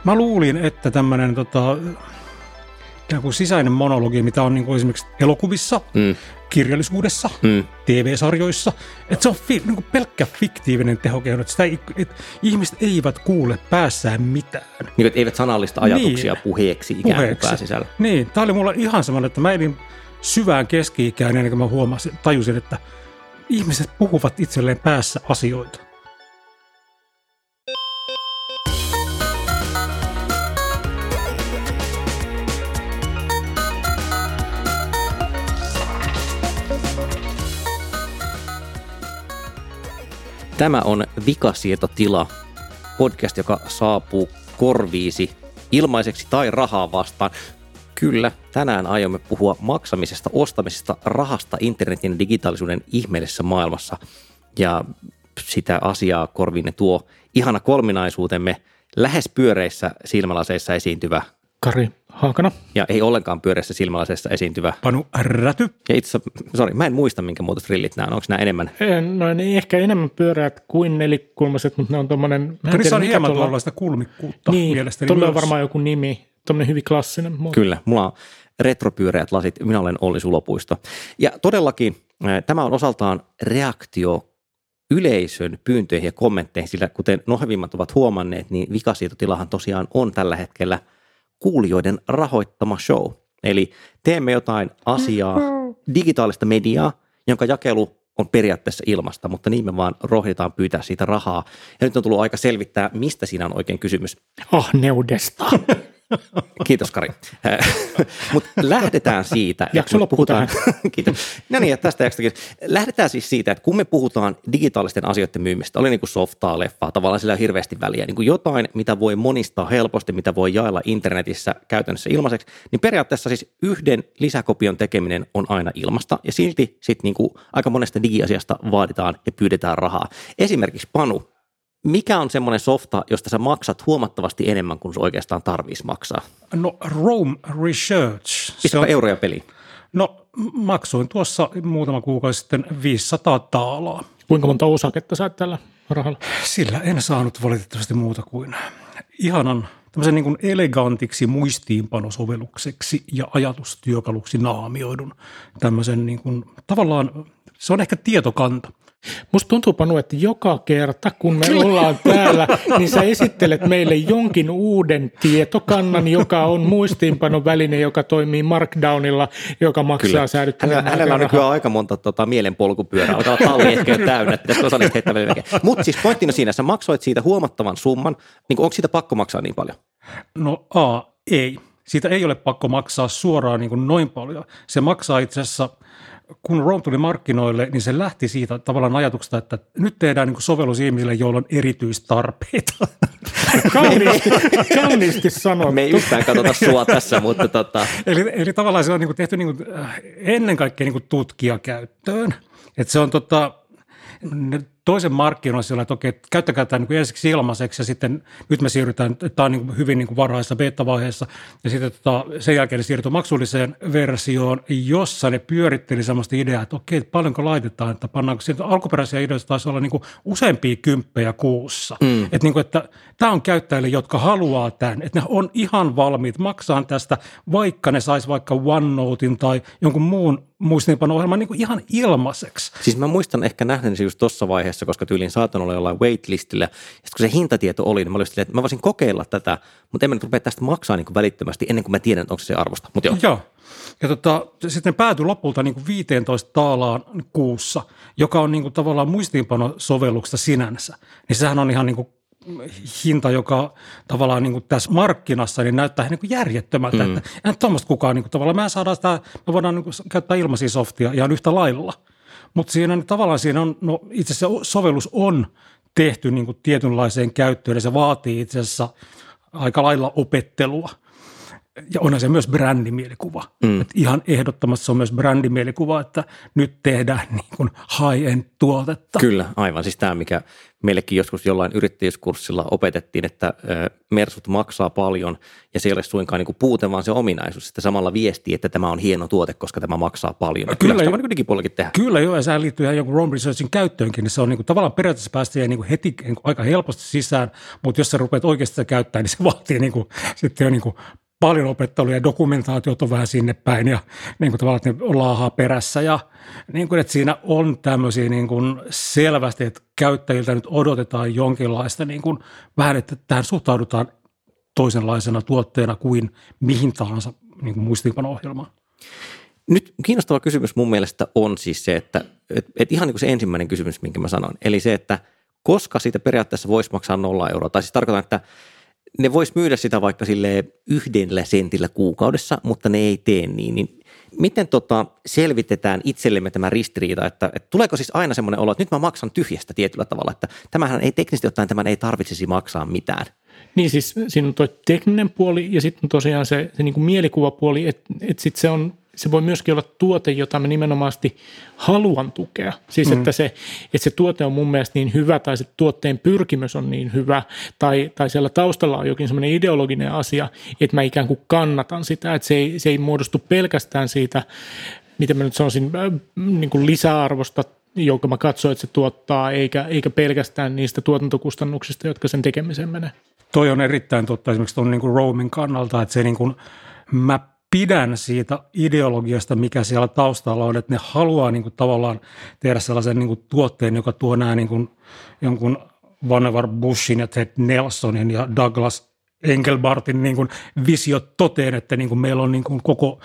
Mä luulin, että tämmöinen ikään kuin sisäinen monologi, mitä on niin kuin esimerkiksi elokuvissa, kirjallisuudessa, TV-sarjoissa, että se on niin kuin pelkkä fiktiivinen tehokeino, että ihmiset eivät kuule päässään mitään. Niin, että eivät sanallista ajatuksia puheeksi ikään kuin pääsisällä. Niin, tämä oli mulla ihan semmoinen, että mä elin syvään keski-ikään ennen kuin mä tajusin, että ihmiset puhuvat itselleen päässä asioita. Tämä on Vikasietotila, podcast, joka saapuu korviisi ilmaiseksi tai rahaa vastaan. Kyllä, tänään aiomme puhua maksamisesta, ostamisesta, rahasta internetin digitaalisuuden ihmeellisessä maailmassa. Ja sitä asiaa korviinne tuo ihana kolminaisuutemme lähes pyöreissä silmälaseissa esiintyvä Kari Haakana. Ja ei ollenkaan pyöreissä silmälaseissa esiintyvä Panu Räty. Ja itse mä en muista, minkä muotoiset rillit nämä on. Onko nämä enemmän? No niin, ehkä enemmän pyöreät kuin nelikulmaiset, mutta ne on tommoinen... Niissä on hieman tuollaista kulmikkuutta mielestäni. Tuolla on varmaan joku nimi, tommoinen hyvin klassinen muoto. Kyllä, mulla on retropyöreät lasit, minä olen Olli Sulopuisto. Ja todellakin tämä on osaltaan reaktio yleisön pyyntöihin ja kommentteihin, sillä kuten nohevimmat ovat huomanneet, niin Vikasietotilahan tosiaan on tällä hetkellä kuulijoiden rahoittama show. Eli teemme jotain asiaa, digitaalista mediaa, jonka jakelu on periaatteessa ilmasta, mutta niin me vaan rohditaan pyytää siitä rahaa. Ja nyt on tullut aika selvittää, mistä siinä on oikein kysymys. Ahneudesta. Kiitos, Kari. Mutta lähdetään siitä. Jakso puhutaan. Kiitos. No niin, tästä jaksotakin. Lähdetään siis siitä, että kun me puhutaan digitaalisten asioiden myymistä, oli niin kuin softaa, leffaa, tavallaan sillä on hirveästi väliä, niin kuin jotain, mitä voi monistaa helposti, mitä voi jaella internetissä käytännössä ilmaiseksi, niin periaatteessa siis yhden lisäkopion tekeminen on aina ilmasta, ja silti sitten niin kuin aika monesta digiasiasta vaaditaan ja pyydetään rahaa. Esimerkiksi Panu, mikä on semmoinen softa, josta sä maksat huomattavasti enemmän kuin se oikeastaan tarvitsisi maksaa? No Rome Research. Pistäpä euroja peliin. No maksoin tuossa muutama kuukausi sitten 500 taalaa. Kuinka monta osaketta saat tällä rahalla? Sillä en saanut valitettavasti muuta kuin ihanan tämmöisen niin kuin elegantiksi muistiinpanosovellukseksi ja ajatustyökaluksi naamioidun tämmöisen niin kuin, tavallaan, se on ehkä tietokanta. Musta tuntuu, Panu, että joka kerta, kun me ollaan täällä, niin sä esittelet meille jonkin uuden tietokannan, joka on muistiinpanon väline, joka toimii Markdownilla, joka maksaa säädyttävän. Hänellä on nykyään aika monta mielenpolkupyörää. Alkaa olla talli ehkä jo täynnä, pitäisikö osa niistä heittää välillä. Mutta siis pointtina siinä, sä maksoit siitä huomattavan summan, niin onko siitä pakko maksaa niin paljon? No ei. Siitä ei ole pakko maksaa suoraan niin kuin noin paljon. Se maksaa itse asiassa, kun Rome tuli markkinoille, niin se lähti siitä tavallaan ajatuksesta, että nyt tehdään niin kuin sovellus ihmisille, joilla on erityistarpeita. Kauniisti sanottu. Me ei yhtään katsota sua tässä, mutta Eli tavallaan se on niin kuin tehty niin kuin, ennen kaikkea niin kuin tutkijakäyttöön. Että se on toisen markkinoilla sillä, että okei, käyttäkää tämä niin ensiksi ilmaiseksi ja sitten nyt me siirrytään, tämä on niin hyvin niin varhaisessa beta-vaiheessa ja sitten sen jälkeen ne siirrytään maksulliseen versioon, jossa ne pyöritteli sellaista ideaa, että okei, paljonko laitetaan, että pannaanko siitä alkuperäisiä ideoita taisi olla niin useampia kymppejä kuussa. Että, niin kuin, että tämä on käyttäjille, jotka haluaa tämän, että ne on ihan valmiit maksaa tästä, vaikka ne sais vaikka OneNotein tai jonkun muun muistiinpano-ohjelman niin ihan ilmaiseksi. Siis mä muistan ehkä nähneeni just tuossa vaiheessa, koska tyyliin saatan olla jollain waitlistillä. Ja sitten kun se hintatieto oli, niin mä olin silleen, että mä voisin kokeilla tätä, mutta en mä nyt rupea tästä maksaa niin kuin välittömästi ennen kuin mä tiedän, että onko se arvosta. Mut joo. Ja sitten päätyi lopulta niin kuin 15 taalaan kuussa, joka on niin kuin tavallaan muistiinpanosovelluksesta sinänsä. Niin sehän on ihan niin kuin hinta, joka tavallaan niin kuin tässä markkinassa niin näyttää niin kuin järjettömältä, että en tuommoista kukaan niin kuin, tavallaan me voidaan niin kuin käyttää ilmaisia softia ihan yhtä lailla. Mutta tavallaan siinä on, no itse asiassa sovellus on tehty niin kuin tietynlaiseen käyttöön ja se vaatii itse asiassa aika lailla opettelua. Ja onhan se myös brändimielikuva. Et ihan ehdottomasti se on myös brändimielikuva, että nyt tehdään niin kuin high-end tuotetta. Kyllä, aivan. Siis tämä, mikä meillekin joskus jollain yrittäjyyskurssilla opetettiin, että Mersut maksaa paljon ja se ei ole suinkaan niin kuin puute, vaan se ominaisuus. Sitten samalla viestii, että tämä on hieno tuote, koska tämä maksaa paljon. Kyllä sitä voi niin digipuolellakin tehdä. Kyllä joo, ja sehän liittyy ihan jonkun Roam Researchin käyttöönkin, niin se on niin kuin, tavallaan periaatteessa päästä niin kuin heti niin kuin aika helposti sisään, mutta jos sä rupeat oikeasti sitä käyttämään, niin se vaatii niin kuin, sitten jo niin kuin paljon opettelua ja dokumentaatiot on vähän sinne päin ja niin kuin tavallaan, että ne laahaa perässä ja niin kuin, että siinä on tämmöisiä niin kuin selvästi, että käyttäjiltä nyt odotetaan jonkinlaista niin kuin vähän, että tähän suhtaudutaan toisenlaisena tuotteena kuin mihin tahansa niin kuin muistiinpano-ohjelmaan. Nyt kiinnostava kysymys mun mielestä on siis se, että ihan niin kuin se ensimmäinen kysymys, minkä mä sanoin, eli se, että koska siitä periaatteessa voisi maksaa 0 euroa, tai siis tarkoitan, että ne vois myydä sitä vaikka sille 1 sentillä kuukaudessa, mutta ne ei tee niin miten selvitetään itsellemme tämä ristiriita, että tuleeko siis aina semmoinen olo, että nyt mä maksan tyhjästä tietyllä tavalla, että tämähän ei teknisesti ottaen tämän ei tarvitsisi maksaa mitään. Niin siis siinä on tuo tekninen puoli ja sitten tosiaan se niin kuin mielikuvapuoli, että sitten se voi myöskin olla tuote, jota mä nimenomaisesti haluan tukea. Siis että se tuote on mun mielestä niin hyvä tai se tuotteen pyrkimys on niin hyvä tai siellä taustalla on jokin semmoinen ideologinen asia, että mä ikään kuin kannatan sitä. Että se ei muodostu pelkästään siitä, miten mä nyt sanoisin, niin kuin lisäarvosta, jonka mä katsoin, että se tuottaa, eikä pelkästään niistä tuotantokustannuksista, jotka sen tekemiseen menee. Toi on erittäin totta esimerkiksi tuon niin kuin roaming kannalta, että se niin kuin, mä pidän siitä ideologiasta, mikä siellä taustalla on, että ne haluaa niin kuin tavallaan tehdä sellaisen niin kuin tuotteen, joka tuo nämä niin kuin jonkun Vannevar Bushin ja Ted Nelsonin ja Douglas Engelbartin niin kuin visiot toteen, että niin kuin meillä on niin kuin koko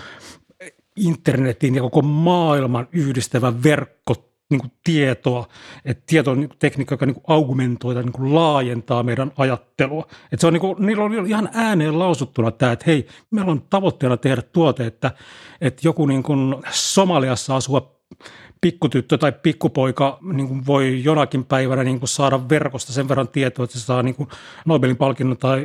internetin ja koko maailman yhdistävä verkko niin kuin tietoa, että tieto on niin kuin tekniikka, joka niin kuin augmentoi tai niin kuin laajentaa meidän ajattelua. Että se on niin kuin, niillä on ihan ääneen lausuttuna tämä, että hei, meillä on tavoitteena tehdä tuote, että joku niin kuin Somaliassa asuva pikkutyttö tai pikkupoika niin kuin voi jonakin päivänä niin kuin saada verkosta sen verran tietoa, että se saa niin kuin Nobelin palkinnon tai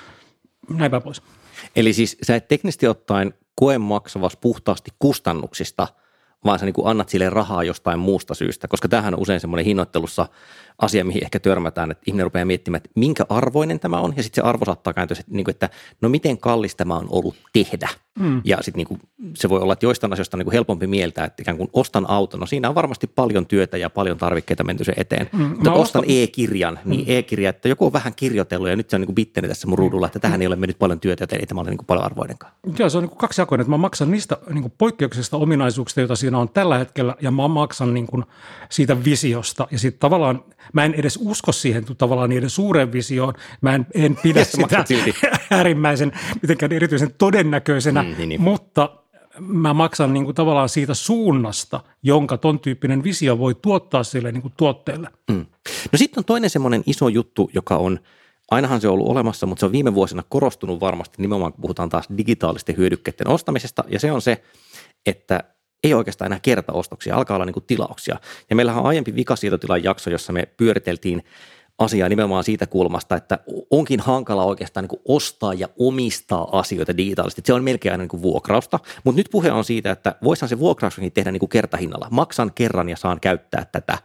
näin päin pois. Eli siis sä et teknisesti ottaen koe maksavas puhtaasti kustannuksista, vaan sä niin kuin annat sille rahaa jostain muusta syystä, koska tämähän on usein semmoinen hinnoittelussa asia, mihin ehkä törmätään, että ihminen rupeaa miettimään, että minkä arvoinen tämä on, ja sitten se arvo saattaa kääntyä, että no miten kallis tämä on ollut tehdä. Ja sitten niin se voi olla, että joistain asioista on niin helpompi mieltää, että ikään kuin ostan auton, no siinä on varmasti paljon työtä ja paljon tarvikkeita menty sen eteen. Mutta ostan e-kirjan, niin e-kirja, että joku on vähän kirjoitellut ja nyt se on niin bitteri tässä mun ruudulla, että tähän ei ole mennyt paljon työtä, joten ei tämä ole niin paljon arvoinenkaan. Joo, se on niin kaksijakoinen, että mä maksan niistä niin poikkeuksellisista ominaisuuksista, joita siinä on tällä hetkellä, ja mä maksan niin siitä visiosta, ja sitten tavallaan mä en edes usko siihen tavallaan niiden suureen visioon, mä en pidä sitä äärimmäisen, mitenkään erityisen todennäköisenä, mutta mä maksan niin kuin tavallaan siitä suunnasta, jonka ton tyyppinen visio voi tuottaa sille niin kuin tuotteelle. No sitten on toinen semmoinen iso juttu, joka on, ainahan se on ollut olemassa, mutta se on viime vuosina korostunut varmasti nimenomaan, kun puhutaan taas digitaalisten hyödykkeiden ostamisesta, ja se on se, että ei oikeastaan enää kertaostoksia, alkaa olla niin kuin tilauksia. Ja meillähän on aiempi vikasiirtotilan jakso, jossa me pyöriteltiin asiaa nimenomaan siitä kulmasta, että onkin hankala oikeastaan niin kuin ostaa ja omistaa asioita digitaalisesti. Se on melkein aina niin kuin vuokrausta, mutta nyt puhe on siitä, että voisihan se vuokrauskin tehdä niin kuin kertahinnalla. Maksan kerran ja saan käyttää tätä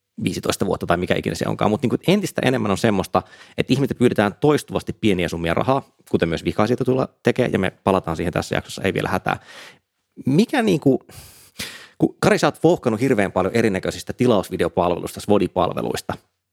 15 vuotta tai mikä ikinä se onkaan, mutta niin entistä enemmän on semmoista, että ihmisiltä pyydetään toistuvasti pieniä summia rahaa, kuten myös vikasiirtotulla tekee, ja me palataan siihen tässä jaksossa, ei vielä hätää. Mikä niin kuin, kun Kari, sä oot vouhkanut hirveän paljon erinäköisistä tilausvideopalveluista, SVOD-palveluista,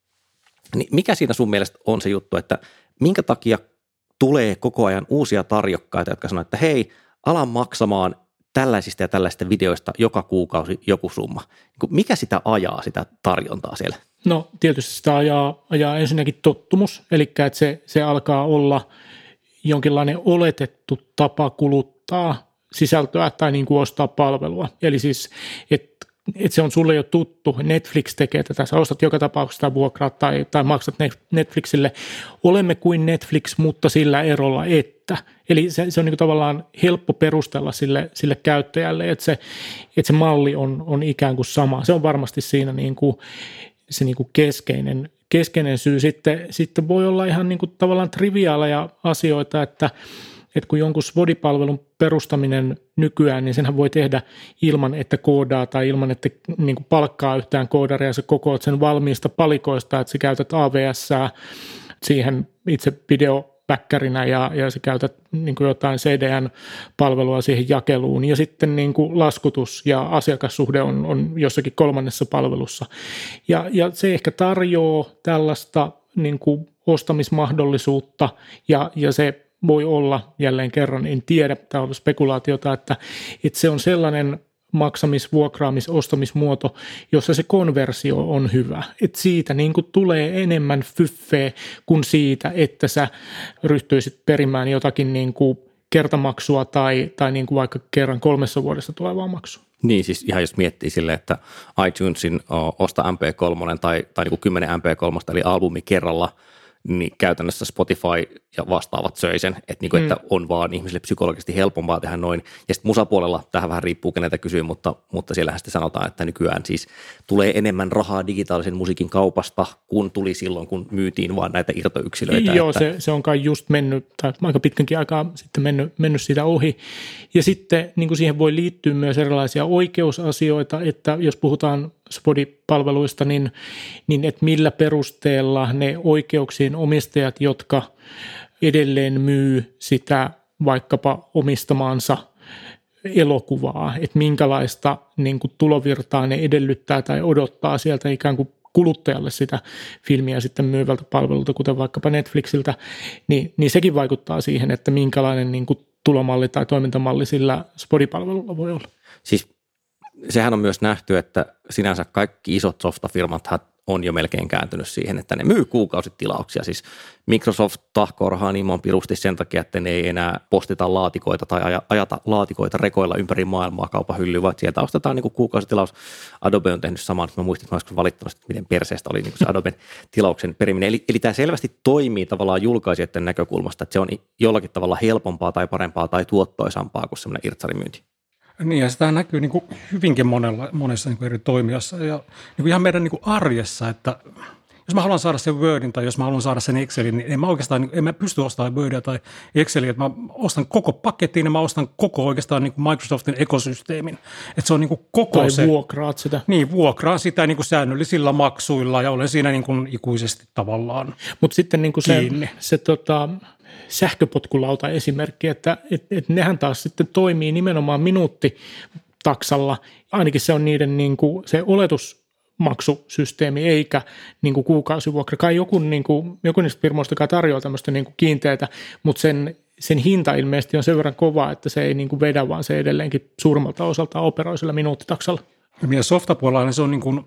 niin mikä siinä sun mielestä on se juttu, että minkä takia tulee koko ajan uusia tarjokkaita, jotka sanoo, että hei, ala maksamaan tällaisista ja tällaisista videoista joka kuukausi joku summa. Mikä sitä ajaa, sitä tarjontaa siellä? No tietysti sitä ajaa ensinnäkin tottumus, eli että se alkaa olla jonkinlainen oletettu tapa kuluttaa sisältöä tai niin kuin ostaa palvelua. Eli siis, että se on sulle jo tuttu, Netflix tekee tätä, sä ostat joka tapauksessa vuokraat tai maksat Netflixille. Olemme kuin Netflix, mutta sillä erolla, että. Eli se on niin kuin tavallaan helppo perustella sille käyttäjälle, että se malli on ikään kuin sama. Se on varmasti siinä niin kuin, se niin kuin keskeinen syy. Sitten voi olla ihan niin kuin tavallaan triviaaleja asioita, että että kun jonkun SWODI-palvelun perustaminen nykyään, niin senhän voi tehdä ilman, että koodaa tai ilman, että niin kuin palkkaa yhtään koodaria ja sä kokoat sen valmiista palikoista, että sä käytät AWS:ää siihen itse videopäkkärinä ja sä käytät niin kuin jotain CDN-palvelua siihen jakeluun ja sitten niin kuin laskutus ja asiakassuhde on jossakin kolmannessa palvelussa. Ja se ehkä tarjoaa tällaista niin kuin ostamismahdollisuutta ja se voi olla jälleen kerran, en tiedä, tämä on spekulaatiota, että se on sellainen vuokraamis-ostamismuoto, jossa se konversio on hyvä. Että siitä niin kuin tulee enemmän fyffeä kuin siitä, että sä ryhtyisit perimään jotakin niin kuin kertamaksua tai niin kuin vaikka kerran 3 vuodessa tulevaa maksua. Niin, siis ihan jos miettii silleen, että iTunesin osta MP3 tai niin kuin 10 MP3 eli albumi kerralla, niin käytännössä Spotify ja vastaavat söi sen, että, niin kuin, että on vaan ihmisille psykologisesti helpompaa tehdä noin. Ja sitten musapuolella, tähän vähän riippuu keneltä kysyy, mutta siellähän sitten sanotaan, että nykyään siis tulee enemmän rahaa digitaalisen musiikin kaupasta, kun tuli silloin, kun myytiin vaan näitä irtoyksilöitä. Joo, se on kai just mennyt, tai aika pitkänkin aikaa sitten mennyt siitä ohi. Ja sitten niin kuin siihen voi liittyä myös erilaisia oikeusasioita, että jos puhutaan SPODI-palveluista, niin että millä perusteella ne oikeuksien omistajat, jotka edelleen myy sitä vaikkapa omistamaansa elokuvaa, että minkälaista niin kuin tulovirtaa ne edellyttää tai odottaa sieltä ikään kuin kuluttajalle sitä filmiä sitten myyvältä palvelulta, kuten vaikkapa Netflixiltä, niin sekin vaikuttaa siihen, että minkälainen niin kuin tulomalli tai toimintamalli sillä SPODI-palvelulla voi olla. Siis sehän on myös nähty, että sinänsä kaikki isot softafirmathan on jo melkein kääntynyt siihen, että ne myy kuukausitilauksia. Siis Microsoft tahkoo rahaa niin pirusti sen takia, että ne ei enää postita laatikoita tai ajata laatikoita rekoilla ympäri maailmaa kaupan hyllyyn, vaan sieltä ostetaan niin kuin kuukausitilaus. Adobe on tehnyt saman, mä muistin, että mä olisin valittanut, miten perseestä oli niin kuin se Adoben tilauksen periminen. Eli tämä selvästi toimii tavallaan julkaisijoiden näkökulmasta, että se on jollakin tavalla helpompaa tai parempaa tai tuottoisampaa kuin semmoinen irtsarimyynti. Niin, ja sitä näkyy niin kuin hyvinkin monessa niin kuin eri toimijassa ja niin kuin ihan meidän niin kuin arjessa, että jos mä haluan saada sen Wordin tai jos mä haluan saada sen Excelin, niin en mä pysty ostamaan Wordia tai Excelia, että mä ostan koko pakettiin ja mä ostan koko oikeastaan niin kuin Microsoftin ekosysteemin. Että se on niin kuin koko tai se. Vuokraat sitä. Niin, vuokraan sitä niin kuin säännöllisillä maksuilla ja olen siinä niin kuin ikuisesti tavallaan. Mutta sitten niin kuin se sähköpotkulauta esimerkki, että nehän taas sitten toimii nimenomaan minuuttitaksalla. Ainakin se on niiden niin kuin se oletusmaksusysteemi eikä niin kuin kuukausivuokra. Kai joku niistä firmoista, joka tarjoaa tämmöistä niin kuin kiinteätä, mutta sen hinta ilmeisesti on sen verran kova, että se ei niin kuin vedä, vaan se edelleenkin suurimmalta osalta operoi sillä minuuttitaksalla. Ja softapuolella niin se on niin kuin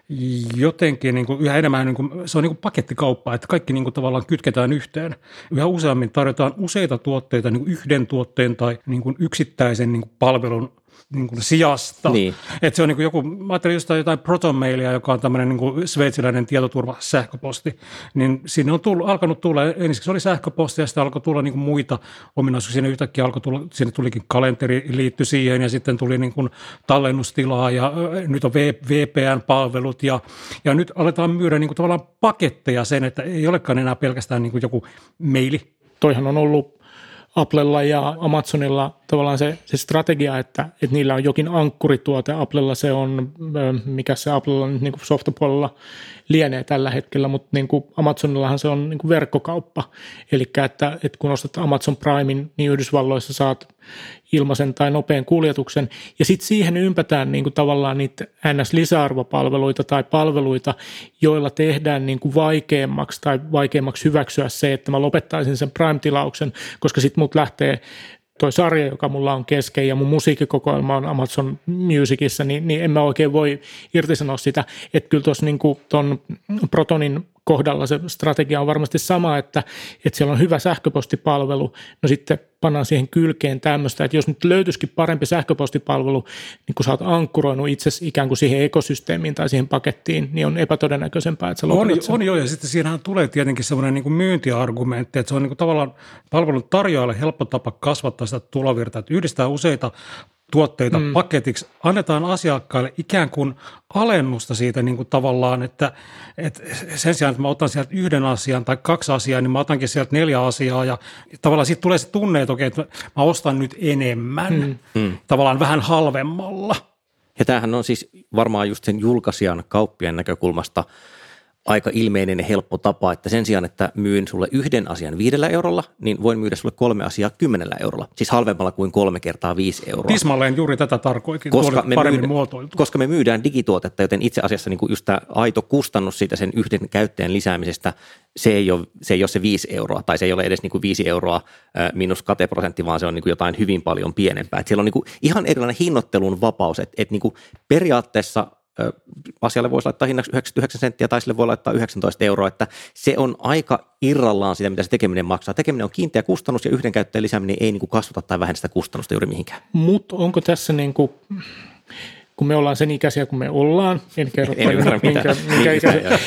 jotenkin niin kuin yhä enemmän niin kuin, se on niin kuin pakettikauppa, että kaikki niin kuin tavallaan kytketään yhteen. Yhä useammin tarjotaan useita tuotteita niin kuin yhden tuotteen tai niin kuin yksittäisen niin kuin palvelun niin kuin sijasta. Niin. Että se on niin kuin joku, mä ajattelin jostain jotain ProtonMailia, joka on tämmöinen niin kuin sveitsiläinen tietoturvasähköposti, niin siinä on alkanut tulla, ensiksi oli sähköposti ja sitten alkoi tulla niin kuin muita ominaisuuksia. Siinä yhtäkkiä alkoi tulla, siinä tulikin kalenteri liittyi siihen ja sitten tuli niin kuin tallennustilaa ja nyt on VPN-palvelut ja nyt aletaan myydä niin kuin tavallaan paketteja sen, että ei olekaan enää pelkästään niin kuin joku maili. Toihan on ollut Applella ja Amazonilla tavallaan se strategia, että niillä on jokin ankkurituote. Applella se on, mikä se Applella nyt niin kuin softapuolella lienee tällä hetkellä, mutta niin kuin Amazonillahan se on niin kuin verkkokauppa. Eli että kun ostat Amazon Primein, niin Yhdysvalloissa saat ilmaisen tai nopean kuljetuksen. Ja sitten siihen ympätään niin kuin tavallaan niitä NS-lisäarvopalveluita tai palveluita, joilla tehdään niin kuin vaikeammaksi hyväksyä se, että mä lopettaisin sen Prime-tilauksen, koska sitten mut lähtee toi sarja, joka mulla on kesken ja mun musiikkikokoelma on Amazon Musicissa, niin en mä oikein voi irtisanoa sitä. Että kyllä tuossa niin kuin ton Protonin kohdalla se strategia on varmasti sama, että siellä on hyvä sähköpostipalvelu, no sitten pannaan siihen kylkeen tämmöistä, että jos nyt löytyisikin parempi sähköpostipalvelu, niin kun sä oot ankkuroinut itsesi ikään kuin siihen ekosysteemiin tai siihen pakettiin, niin on epätodennäköisempää, että sä lopetat sen. On joo, ja sitten siinähän tulee tietenkin semmoinen niin kuin myyntiargumentti, että se on niin kuin tavallaan palvelun tarjoajalle helppo tapa kasvattaa sitä tulovirtaa, että yhdistää useita tuotteita paketiksi, annetaan asiakkaille ikään kuin alennusta siitä niin kuin tavallaan, että sen sijaan, että mä otan sieltä yhden asian tai 2 asiaa, niin mä otankin sieltä 4 asiaa ja tavallaan siitä tulee se tunne, että okei, että mä ostan nyt enemmän, tavallaan vähän halvemmalla. Ja tämähän on siis varmaan just sen julkaisijan kauppien näkökulmasta aika ilmeinen ja helppo tapa, että sen sijaan, että myyn sulle 1 asian 5 eurolla, niin voin myydä sulle 3 asiaa 10 eurolla. Siis halvemmalla kuin 3 kertaa 5 euroa. Tismalleen juuri tätä tarkoitin, koska me myydään digituotetta, joten itse asiassa niin kuin just tämä aito kustannus siitä sen yhden käyttäjän lisäämisestä, se ei ole se 5 euroa, tai se ei ole edes niin kuin 5 euroa miinus kateprosentti, vaan se on niin kuin jotain hyvin paljon pienempää. Että siellä on niin kuin ihan erilainen hinnoittelun vapaus, että niin kuin periaatteessa asialle voisi laittaa hinnaksi 99 senttiä tai sille voi laittaa 19 euroa, että se on aika irrallaan sitä, mitä se tekeminen maksaa. Tekeminen on kiinteä kustannus ja yhden käyttäjän lisääminen ei niin kuin kasvata tai vähennä sitä kustannusta juuri mihinkään. Mutta onko tässä niin kuin, kun me ollaan sen ikäisiä, kun me ollaan, en kerro minkä ikäisiä,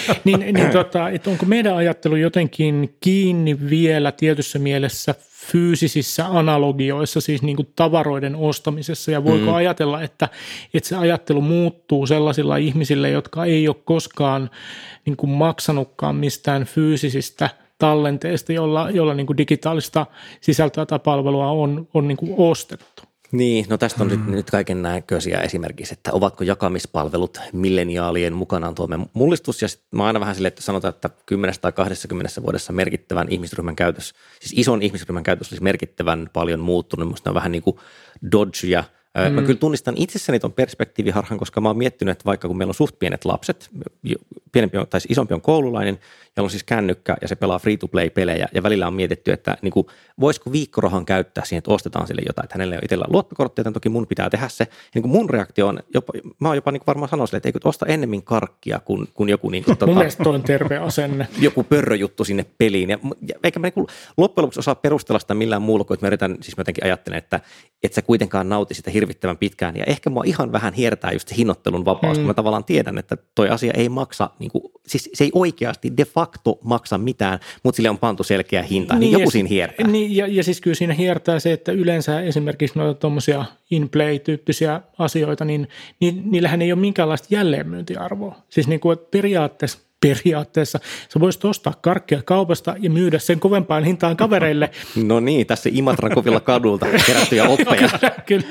että onko meidän ajattelu jotenkin kiinni vielä tietyssä mielessä fyysisissä analogioissa, siis niin kuin tavaroiden ostamisessa, ja voiko ajatella, että se ajattelu muuttuu sellaisilla ihmisillä, jotka ei ole koskaan niin kuin maksanutkaan mistään fyysisistä tallenteista, jolla niin kuin digitaalista sisältöä tai palvelua on niin kuin ostettu. Niin, no tästä on nyt kaiken näköisiä esimerkiksi, että ovatko jakamispalvelut milleniaalien mukanaan tuomme mullistus, ja sitten mä aina vähän silleen, että sanotaan, että 10 tai 20 vuodessa merkittävän ihmisryhmän käytös, siis ison ihmisryhmän käytös olisi merkittävän paljon muuttunut, minusta on vähän niin kuin dodgeja. Mä kyllä tunnistan itsessäni tuon perspektiiviharhan, koska mä oon miettinyt, että vaikka kun meillä on suht pienet lapset, pienempi on, tai isompi on koululainen, jolla on siis kännykkä ja se pelaa free-to-play-pelejä ja välillä on mietitty, että niin kuin, voisiko viikkorahan käyttää siihen, että ostetaan sille jotain, että hänellä ei ole itsellään luottokorttia, joten toki mun pitää tehdä se. Ja niin kuin mun reaktio on, mä oon jopa niin kuin varmaan sanoa sille, että eikö osta ennemmin karkkia kuin joku niin kuin, mun mielestä toi on terve asenne. Joku pörröjuttu sinne peliin. Ja eikä mä niin kuin, loppujen lopuksi osaa perustella sitä millään muulla, kuin että mä yritän, siis mä jotenkin ajattelen, että sä kuitenkaan nauti sitä hirvittävän pitkään. Ja ehkä mua ihan vähän hiertää just se hinnoittelun vapaus, kun mä tavallaan tiedän, että toi asia ei maksa, niin kuin, siis se ei oikeasti de facto maksa mitään, mutta sille on pantu selkeä hinta, niin joku siinä hiertää. Niin, ja siis kyllä siinä hiertää se, että yleensä esimerkiksi noita tuommoisia in-play-tyyppisiä asioita, niin niillähän ei ole minkäänlaista jälleenmyyntiarvoa. Siis niin kuin, että periaatteessa sä voisit ostaa karkkia kaupasta ja myydä sen kovempaan hintaan kavereille. No niin, tässä Imatran kovilla kadulta kerättyjä oppeja. Kyllä,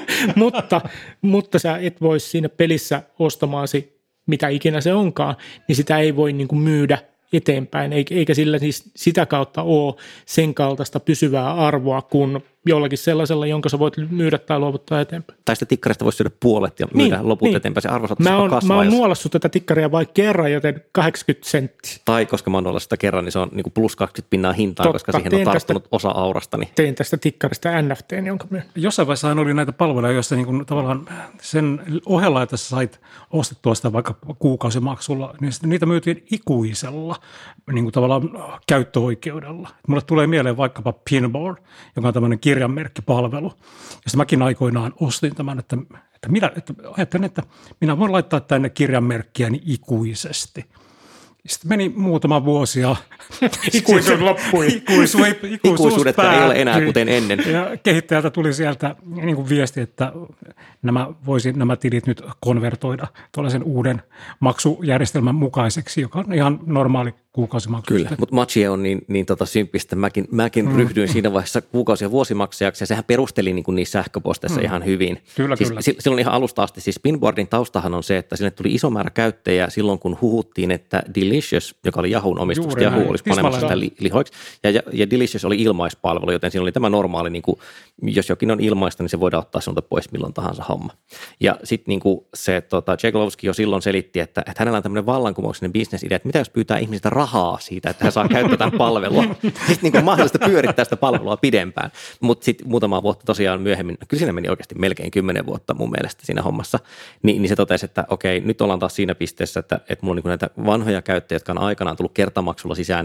mutta sä et voi siinä pelissä ostamaasi, mitä ikinä se onkaan, niin sitä ei voi niin kuin myydä eteenpäin, eikä sillä siis sitä kautta ole sen kaltaista pysyvää arvoa kuin jollakin sellaisella, jonka sä voit myydä tai luovuttaa eteenpäin. Tai sitä tikkarista voisi syödä puolet ja myydä loput eteenpäin. Se arvo saattaisi kasvaa. Mä oon nuolassut tätä tikkaria vain kerran, joten 80 senttiä. Tai koska mä oon nuolassut sitä kerran, niin se on niin plus 20% hintaan, koska siihen on tarttunut osa aurastani. Tein tästä tikkarista NFT:n, jonka myyn. Jossain vaiheessa oli näitä palveluja, joissa niin kuin tavallaan sen ohella, että sä sait ostettua sitä vaikka kuukausimaksulla, niin niitä myytiin ikuisella niin kuin tavallaan käyttöoikeudella. Mulle tulee mieleen vaikkapa Pinboard, joka on tämmöinen kirjanmerkkipalvelu, josta mäkin aikoinaan ostin tämän, että ajattelin, että minä voin laittaa tänne kirjanmerkkiäni ikuisesti. Sitten meni muutama vuosi ja ikuisuus loppui. Ikuisuudet ei ole enää kuten ennen. Ja kehittäjältä tuli sieltä niin kuin viesti, että nämä tilit nyt konvertoida tuollaisen uuden maksujärjestelmän mukaiseksi, joka on ihan normaali kuukausimaksu. Kyllä, mutta Machie on niin symppistä. Mäkin ryhdyin siinä vaiheessa kuukausi- ja vuosimaksajaksi, ja sehän perusteli niin kuin niissä sähköposteissa ihan hyvin. Kyllä. Silloin ihan alusta asti, siis Pinboardin taustahan on se, että sinne tuli iso määrä käyttäjiä silloin, kun huhuttiin, että Delicious, joka oli Yahoon omistusta, Yahoo olisi panemassa sitä lihoiksi, ja Delicious oli ilmaispalvelu, joten siinä oli tämä normaali, niin kuin, jos jokin on ilmaista, niin se voidaan ottaa sinulta pois milloin tahansa homma. Ja sitten niin se Jaglowski jo silloin selitti, että hänellä on tämmöinen vallankumouksellinen bisnesidea, että mitä jos pyytää ihmisiltä rahaa siitä, että hän saa käyttää tämän palvelua. Sitten niin mahdollista pyörittää sitä palvelua pidempään. Mutta sitten muutama vuotta tosiaan myöhemmin, kyllä siinä meni oikeasti melkein 10 vuotta mun mielestä siinä hommassa, niin se totesi, että okei, nyt ollaan taas siinä pisteessä, että mulla on niin näitä vanhoja käyttäjiä, jotka on aikanaan tullut kertamaksulla sisään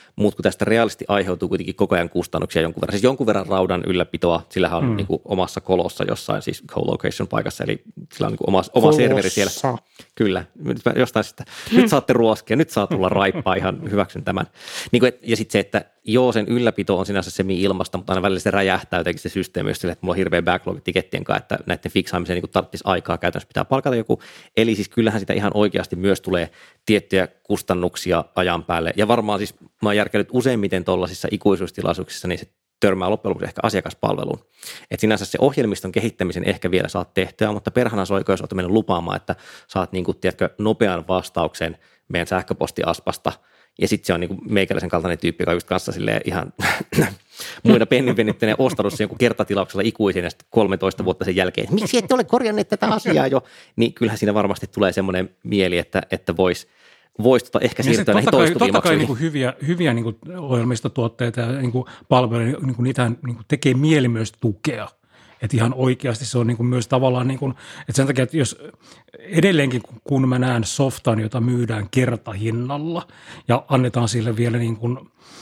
mutta kun tästä reaalisesti aiheutuu kuitenkin koko ajan kustannuksia jonkun verran, siis jonkun verran raudan ylläpitoa, sillähän on niin kuin omassa kolossa jossain siis co-location paikassa, eli sillä on niin kuin oma serveri siellä. Kyllä, jostain sitä, nyt saatte ruoskia, nyt saa tulla raippaa, ihan hyväksyn tämän. Niin kuin, ja sitten se, että joo, sen ylläpito on sinänsä semi-ilmasta, mutta aina välillä se räjähtää jotenkin se systeemi, jos sille, että mulla on hirveä backlog tikettien kanssa, että näiden fiksaamiseen niin tarvitsisi aikaa, käytännössä pitää palkata joku. Eli siis kyllähän sitä ihan oikeasti myös tulee tiettyjä kustannuksia ajan päälle. Ja varmaan siis mä oon järkellyt useimmiten tuollaisissa ikuisuustilaisuuksissa, niin se törmää loppujen lopuksi ehkä asiakaspalveluun. Että sinänsä se ohjelmiston kehittämisen ehkä vielä saat tehtyä, mutta perhana se oikeus on mennyt lupaamaan, että saat niin kuin, tiedätkö, nopean vastauksen meidän sähköpostiaspasta. Ja sitten se on niin meikäläisen kaltainen tyyppi, joka on just kanssa ihan muina penninvennittäneen ostanut sen jonkun kertatilauksella ikuisen ja sitten 13 vuotta sen jälkeen, että miksi ette ole korjanneet tätä asiaa jo, niin kyllähän siinä varmasti tulee semmoinen mieli, että voisi ehkä siirtyä näihin toistuviin maksuihin. Totta kai hyviä niin kuin ohjelmistotuotteita ja niin kuin palveluja, niin niitä niin kuin tekee mieli myös tukea. Että ihan oikeasti se on niin kuin myös tavallaan, niin kuin, että sen takia, että jos edelleenkin kun mä näen softan, jota myydään kertahinnalla ja annetaan sille vielä niin kuin,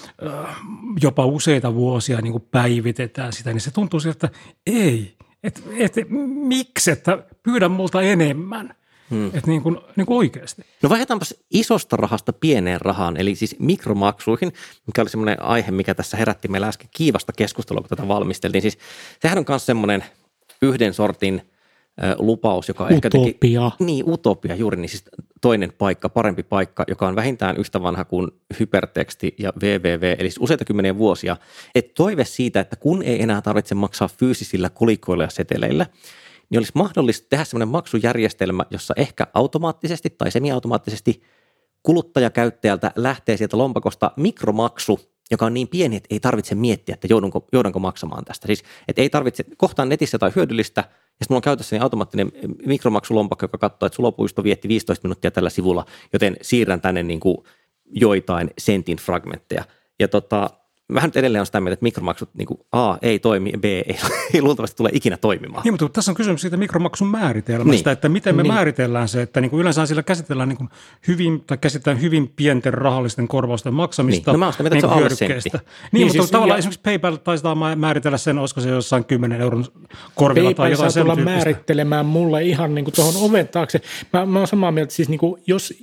jopa useita vuosia niin kuin päivitetään sitä, niin se tuntuu siltä, että ei, että miksi, että pyydä multa enemmän. Että niin kuin oikeasti. No vaihdetaanpas isosta rahasta pieneen rahaan, eli siis mikromaksuihin, mikä oli semmoinen aihe, mikä tässä herätti meillä äsken kiivasta keskustelua, kun tätä valmisteltiin. Siis sehän on myös semmoinen yhden sortin lupaus, joka ehkä teki... Utopia. Niin, utopia, juuri niin. Siis toinen paikka, parempi paikka, joka on vähintään yhtä vanha kuin hyperteksti ja www, eli siis useita kymmeniä vuosia. Et toive siitä, että kun ei enää tarvitse maksaa fyysisillä kolikoilla ja seteleillä, niin olisi mahdollista tehdä sellainen maksujärjestelmä, jossa ehkä automaattisesti tai semi-automaattisesti kuluttajakäyttäjältä lähtee sieltä lompakosta mikromaksu, joka on niin pieni, että ei tarvitse miettiä, että joudunko maksamaan tästä. Siis, että ei tarvitse, kohtaan netissä jotain hyödyllistä, ja sitten mulla on käytössä niin automaattinen mikromaksulompakko, joka katsoo, että sulopuisto vietti 15 minuuttia tällä sivulla, joten siirrän tänne niin kuin joitain sentin fragmentteja. Ja vähän nyt edelleen on sitä mieltä, että mikromaksut niin kuin A ei toimi, B ei luultavasti tule ikinä toimimaan. Niin, mutta tässä on kysymys siitä mikromaksun määritelmästä, että miten me määritellään se, että niin kuin yleensä sillä käsitellään niin kuin käsitellään hyvin pienten rahallisten korvausten maksamista. Niin. No mä oon sitä mieltä, että se on alle sentti. Niin, mutta siis, tavallaan esimerkiksi PayPal taitaa määritellä sen, olisiko se jossain 10 euron korvilla tai jotain sen tyyppistä. PayPal saa tulla määrittelemään mulle ihan niin kuin tuohon oven taakse. Mä oon samaa mieltä, siis niin kuin,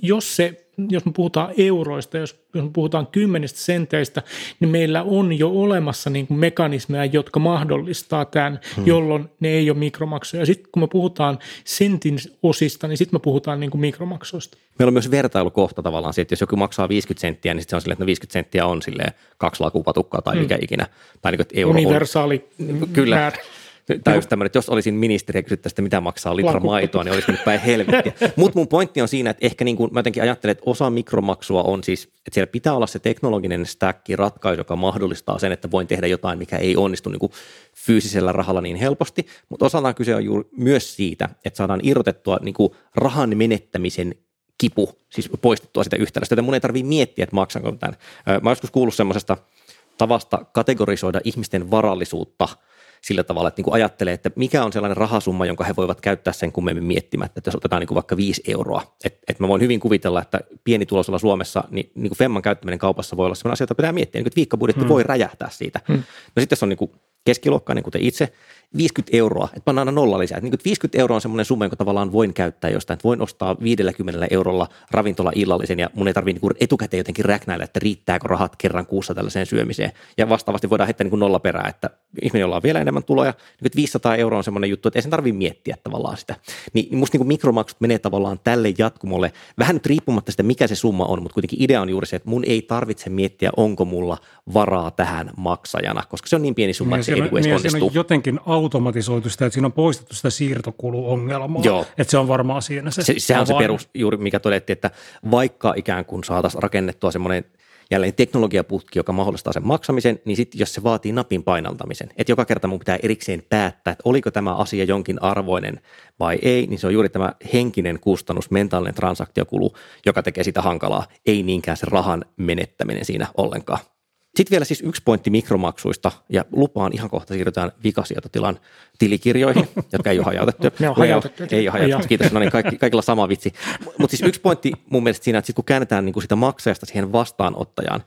jos me puhutaan euroista, jos me puhutaan 10 senteistä, niin meillä on jo olemassa niin kuin mekanismeja, jotka mahdollistaa tämän, jolloin ne ei ole mikromaksuja. Sitten kun me puhutaan sentin osista, niin sitten me puhutaan niin kuin mikromaksuista. Meillä on myös vertailukohta tavallaan se, että jos joku maksaa 50 senttiä, niin sitten se on silleen, että 50 senttiä on silleen 2 lakupatukkaa tai mikä ikinä. Tai niin kuin, että euro universaali kyllä. Määrä. Tai just tämmöinen, että jos olisin ministeri ja kysyttäisiin, että mitä maksaa litra maitoa, niin olisi mennyt päin helvettiä. Mutta mun pointti on siinä, että ehkä niin kuin mä jotenkin ajattelen, että osa mikromaksua on siis, että siellä pitää olla se teknologinen stacki ratkaisu, joka mahdollistaa sen, että voin tehdä jotain, mikä ei onnistu niin kuin fyysisellä rahalla niin helposti. Mutta osaltaan kyse on juuri myös siitä, että saadaan irrotettua niin kuin rahan menettämisen kipu, siis poistettua sitä yhtälöstä, joten mun ei tarvitse miettiä, että maksanko tämän. Mä oon joskus kuullut semmoisesta tavasta kategorisoida ihmisten varallisuutta sillä tavalla, että niin kuin ajattelee, että mikä on sellainen rahasumma, jonka he voivat käyttää sen kummemmin miettimättä, että jos otetaan niin kuin vaikka 5 euroa. Että mä voin hyvin kuvitella, että pienituloisella Suomessa niin kuin Femman käyttäminen kaupassa voi olla sellainen asia, jota pitää miettiä, niin että viikkobudjetti voi räjähtää siitä. No sitten jos on niin kuin keskiluokkainen, kuten itse, 50 euroa, että pannaan aina nolla lisää. Niin 50 euroa on semmoinen summa, jonka tavallaan voin käyttää jostain, että voin ostaa 50 eurolla ravintola illallisen ja mun ei tarvitse niin etukäteen jotenkin räknäillä, että riittääkö rahat kerran kuussa tällaiseen syömiseen. Ja vastaavasti voidaan heittää niin nolla perää, että ihminen, jolla on vielä enemmän tuloja, niin 500 euroa on semmoinen juttu, että ei sen tarvitse miettiä tavallaan sitä. Niin musta niin mikromaksut menee tavallaan tälle jatkumolle, vähän nyt riippumatta sitä, mikä se summa on, mutta kuitenkin idea on juuri se, että mun ei tarvitse miettiä, onko mulla varaa tähän maksajana, koska se on niin pieni summa, että se ei onnistuu. Jotenkin automatisoitu sitä, että siinä on poistettu sitä siirtokuluongelmaa. Joo. Että se on varmaan siinä sehän on se perus juuri, mikä todettiin, että vaikka ikään kuin saataisiin rakennettua semmoinen jälleen teknologiaputki, joka mahdollistaa sen maksamisen, niin sitten jos se vaatii napin painaltamisen, että joka kerta mun pitää erikseen päättää, että oliko tämä asia jonkin arvoinen vai ei, niin se on juuri tämä henkinen kustannus, mentaalinen transaktiokulu, joka tekee sitä hankalaa, ei niinkään se rahan menettäminen siinä ollenkaan. Sitten vielä siis yksi pointti mikromaksuista, ja lupaan ihan kohta siirrytään vikasietotilan tilikirjoihin, jotka ei ole hajautettu. Ne on hajautettu. Ei ole hajautettu, kiitos. No niin, kaikilla sama vitsi. Mutta siis yksi pointti mun mielestä siinä, että sit kun käännetään niin kuin sitä maksajasta siihen vastaanottajaan,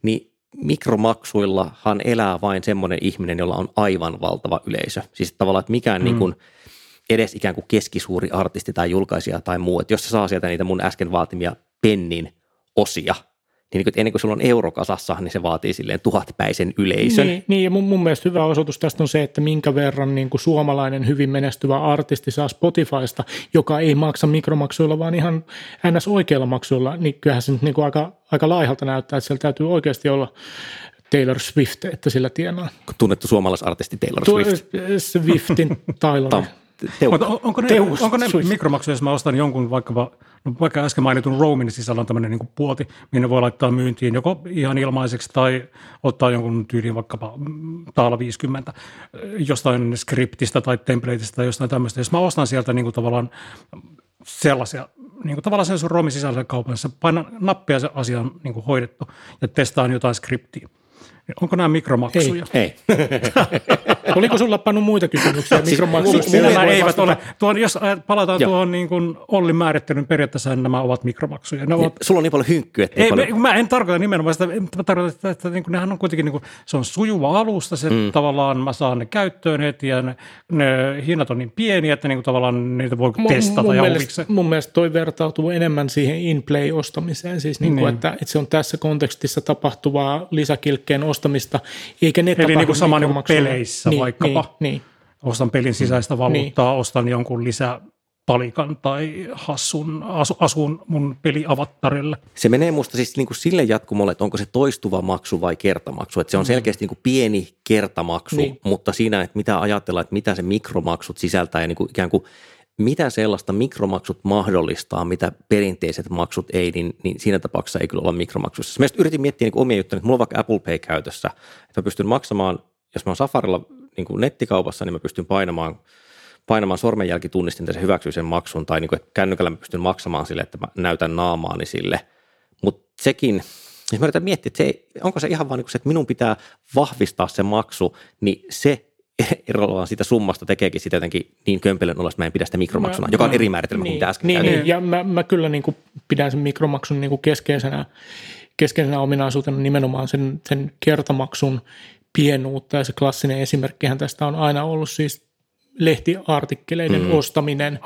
niin mikromaksuillahan elää vain semmoinen ihminen, jolla on aivan valtava yleisö. Siis tavallaan, että mikään niin kuin edes ikään kuin keskisuuri artisti tai julkaisija tai muu, että jos se saa sieltä niitä mun äsken vaatimia pennin osia, niin ennen kuin sulla on euro kasassa, niin se vaatii silleen 1000-päisen yleisön. Niin ja mun mielestä hyvä osoitus tästä on se, että minkä verran niin kuin suomalainen hyvin menestyvä artisti saa Spotifysta, joka ei maksa mikromaksuilla, vaan ihan ns. Oikeilla maksuilla, niin kyllähän se nyt niin kuin aika laihalta näyttää, että siellä täytyy oikeasti olla Taylor Swift, että sillä tienaa. Tunnettu suomalaisartisti Taylor Swift. Swiftin Taylor. Onko ne mikromaksuja, jos mä ostan jonkun vaikka äsken mainitun Roamin sisällä on tämmöinen niin puoti, minne voi laittaa myyntiin joko ihan ilmaiseksi tai ottaa jonkun tyyliin vaikkapa taala 50 jostain skriptistä tai templateista tai jostain tämmöistä. Jos mä ostan sieltä niin kuin tavallaan sellaisia, niin kuin tavallaan sen sun Roamin sisällä kaupassa, painan nappia se asia on niin kuin hoidettu ja testaan jotain skriptiä. Onko nämä mikromaksuja? Ei. Oliko sulla pannut muita kysymyksiä mikromaksuista? Nämä eivät ole. Jos palataan tuohon niin kuin Ollin määrittelyn, periaatteessa nämä ovat mikromaksuja. Sulla on niin paljon hynkkyä. Mä en tarkoita nimenomaan sitä. Mä tarkoitan, että niin kuin, nehän on kuitenkin, niin kuin, se on sujuva alusta, se tavallaan mä saan ne käyttöön heti ja ne hinnat on niin pieniä, että niin kuin, tavallaan niitä voi testata ja huvikseen. Mun mielestä toi vertautuu enemmän siihen in-play-ostamiseen, siis niin kuin, että se on tässä kontekstissa tapahtuvaa lisäkilkkeen ostamista, eikä ne tapahdu. Eli niin kuin sama niin kuin peleissä vaikkapa. Niin. Ostan pelin sisäistä valuuttaa, ostan jonkun lisäpalikan tai asun mun peliavattarille. Se menee musta siis niin kuin sille jatkumolle, että onko se toistuva maksu vai kertamaksu. Että se on selkeästi niin kuin pieni kertamaksu, mutta siinä, että mitä ajatellaan, että mitä se mikromaksut sisältää ja niin kuin ikään kuin mitä sellaista mikromaksut mahdollistaa, mitä perinteiset maksut ei, niin siinä tapauksessa ei kyllä olla mikromaksussa. Mä yritin miettiä niin omia juttuja, että mulla on vaikka Apple Pay käytössä, että mä pystyn maksamaan, jos mä oon Safarilla niin kuin nettikaupassa, niin mä pystyn painamaan sormenjälkitunnistinta, se hyväksyy sen maksun, tai niin kuin, että kännykällä mä pystyn maksamaan sille, että mä näytän naamaani sille. Mutta sekin, jos mä yritän miettiä, että onko se ihan vaan niin kuin se, että minun pitää vahvistaa se maksu, niin se erolla siitä summasta tekeekin sitä jotenkin niin kömpelön olosta, että mä en pidä sitä mikromaksuna, joka on eri määritelmä kuin mitä äsken käytiin. Ja mä kyllä niin kuin pidän sen mikromaksun niin kuin keskeisenä ominaisuutena nimenomaan sen kertamaksun pienuutta, ja se klassinen esimerkkihän tästä on aina ollut siis lehtiartikkeleiden ostaminen.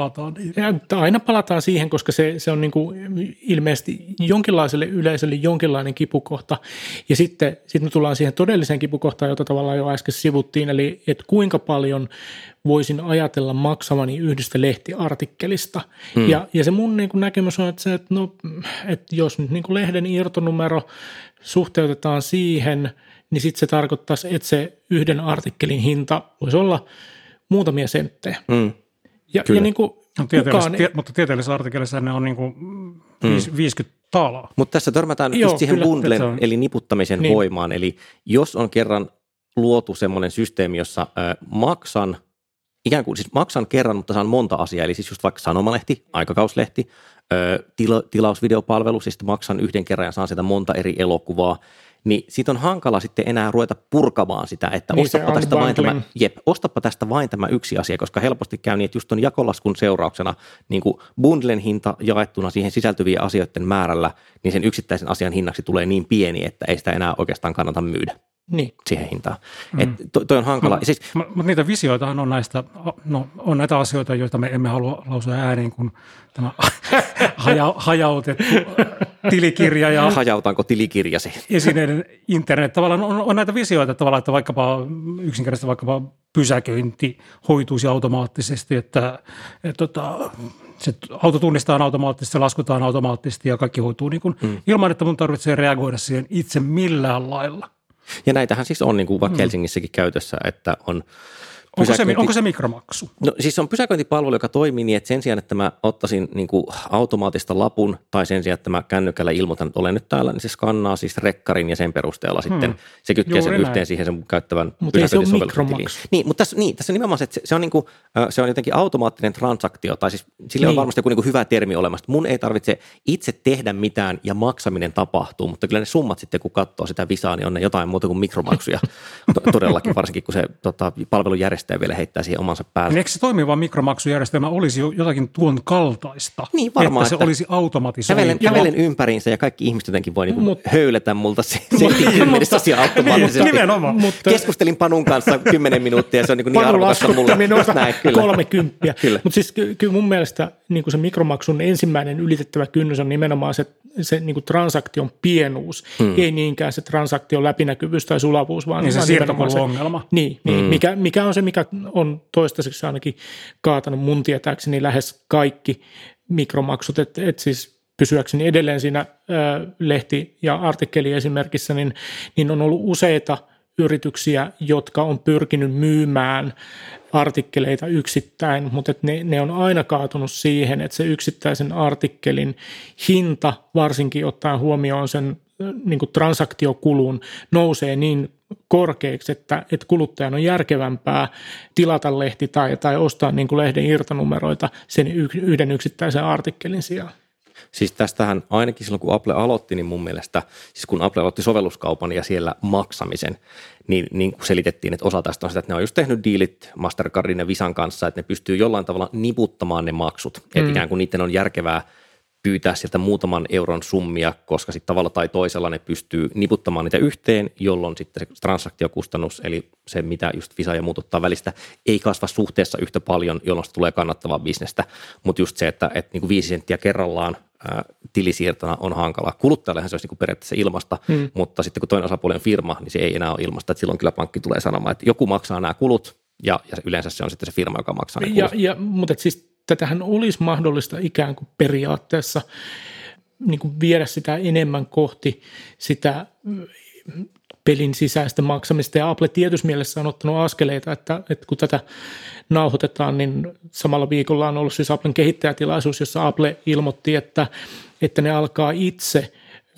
Aina palataan siihen, koska se on niin kuin ilmeisesti jonkinlaiselle yleisölle jonkinlainen kipukohta. Ja sitten me tullaan siihen todelliseen kipukohtaan, jota tavallaan jo äsken sivuttiin, eli että kuinka paljon voisin ajatella maksamani yhdestä lehtiartikkelista. Ja se mun niin kuin näkemys on, että että jos nyt niin kuin lehden irtonumero suhteutetaan siihen, niin sitten se tarkoittaisi, että se yhden artikkelin hinta voisi olla muutamia senttejä. Ja niin kuin mutta tieteellisessä artikkelissa ne on niin kuin 50 taalaa. Mutta tässä törmätään just siihen bundlen, eli niputtamisen voimaan. Eli jos on kerran luotu semmoinen systeemi, jossa maksan kerran, mutta saan monta asiaa. Eli siis just vaikka sanomalehti, aikakauslehti, tilausvideopalvelu, siis maksan yhden kerran ja saan sieltä monta eri elokuvaa. Niin siitä on hankala sitten enää ruveta purkamaan sitä, että ostappa tästä vain tämä yksi asia, koska helposti käy niin, että just on jakolaskun seurauksena niin kuin bundlen hinta jaettuna siihen sisältyvien asioiden määrällä, niin sen yksittäisen asian hinnaksi tulee niin pieni, että ei sitä enää oikeastaan kannata myydä siihen hintaan. Toi on hankala. Mutta niitä visioitahan on on näitä asioita, joita me emme halua lausua ääneen, kun tämä hajautettu tilikirja ja hajautanko tilikirjasi? Esineiden internet. Tavallaan on näitä visioita tavallaan, että vaikkapa yksinkertaisesti vaikkapa pysäköinti hoituisi automaattisesti, että se auto tunnistaa automaattisesti, se laskutaan automaattisesti ja kaikki hoituu niin kuin, ilman, että mun tarvitsee reagoida siihen itse millään lailla. Ja näitähän siis on niin kuin vaikka Helsingissäkin käytössä, että on Onko se mikromaksu? No siis se on pysäköintipalvelu, joka toimii niin, että sen sijaan, että mä ottaisin niin kuin automaattista lapun tai sen sijaan, että mä kännykällä ilmoitan, että olen nyt täällä, niin se skannaa siis rekkarin ja sen perusteella sitten se kytkee sen yhteen siihen sen käyttävän pysäköintisovellustiliin. Niin, mutta tässä nimenomaan se, että se on jotenkin automaattinen transaktio, tai siis sillä on varmasti joku niin kuin hyvä termi olemassa. Mun ei tarvitse itse tehdä mitään ja maksaminen tapahtuu, mutta kyllä ne summat sitten, kun katsoo sitä visaa, niin on ne jotain muuta kuin mikromaksuja todellakin, varsinkin kun se palvelujärjestelmä ja vielä heittää siihen omansa päälle. Eikö se toimiva mikromaksujärjestelmä olisi jotakin tuon kaltaista? Niin varmaan, että se olisi automatisoitu. Kävelen ympäriinsä ja kaikki ihmiset jotenkin voi höylätä multa sentin asiaa automaattisesti. Keskustelin Panun kanssa 10 minuuttia ja se on niin arvokasta mulle. Näin, 30. Mutta siis kyllä mun mielestä niin se mikromaksun ensimmäinen ylitettävä kynnys on nimenomaan se niin transaktion pienuus, ei niinkään se transaktion läpinäkyvyys tai sulavuus, vaan niin se siirtokulun-ongelma. Mikä on se, mikä on toistaiseksi ainakin kaatanut mun tietääkseni lähes kaikki mikromaksut, että siis pysyäkseni edelleen siinä lehti- ja artikkeliesimerkissä, niin on ollut useita yrityksiä, jotka on pyrkinyt myymään artikkeleita yksittäin, mutta ne on aina kaatunut siihen, että se yksittäisen artikkelin hinta, varsinkin ottaen huomioon sen niin kuin transaktiokulun, nousee niin korkeaksi, että kuluttajan on järkevämpää tilata lehti tai ostaa niin kuin lehden irtonumeroita sen yhden yksittäisen artikkelin sijaan. Siis tästähän ainakin silloin, kun Apple aloitti, niin mun mielestä, siis kun Apple aloitti sovelluskaupan ja siellä maksamisen, niin kun selitettiin, että osa tästä on sitä, että ne on just tehnyt diilit Mastercardin ja Visan kanssa, että ne pystyy jollain tavalla niputtamaan ne maksut, että ikään kuin niiden on järkevää pyytää sieltä muutaman euron summia, koska sitten tavalla tai toisella ne pystyy niputtamaan niitä yhteen, jolloin sitten se transaktiokustannus, eli se mitä just Visa ja muut ottaa välistä, ei kasva suhteessa yhtä paljon, jolloin se tulee kannattavaa bisnestä, mutta just se, että niin kuin 5 senttiä kerrallaan tilisiirtona on hankalaa. Kuluttajallehan se olisi niin kuin periaatteessa ilmasta, mutta sitten kun toinen osapuoli on firma, niin se ei enää ole ilmasta, että silloin kyllä pankki tulee sanomaan, että joku maksaa nämä kulut, ja yleensä se on sitten se firma, joka maksaa ne kulut. Mutta siis tätähän olisi mahdollista ikään kuin periaatteessa niin kuin viedä sitä enemmän kohti sitä pelin sisäistä maksamista. Ja Apple tietyssä mielessä on ottanut askeleita, että kun tätä nauhoitetaan, niin samalla viikolla on ollut siis Applen kehittäjätilaisuus, jossa Apple ilmoitti, että ne alkaa itse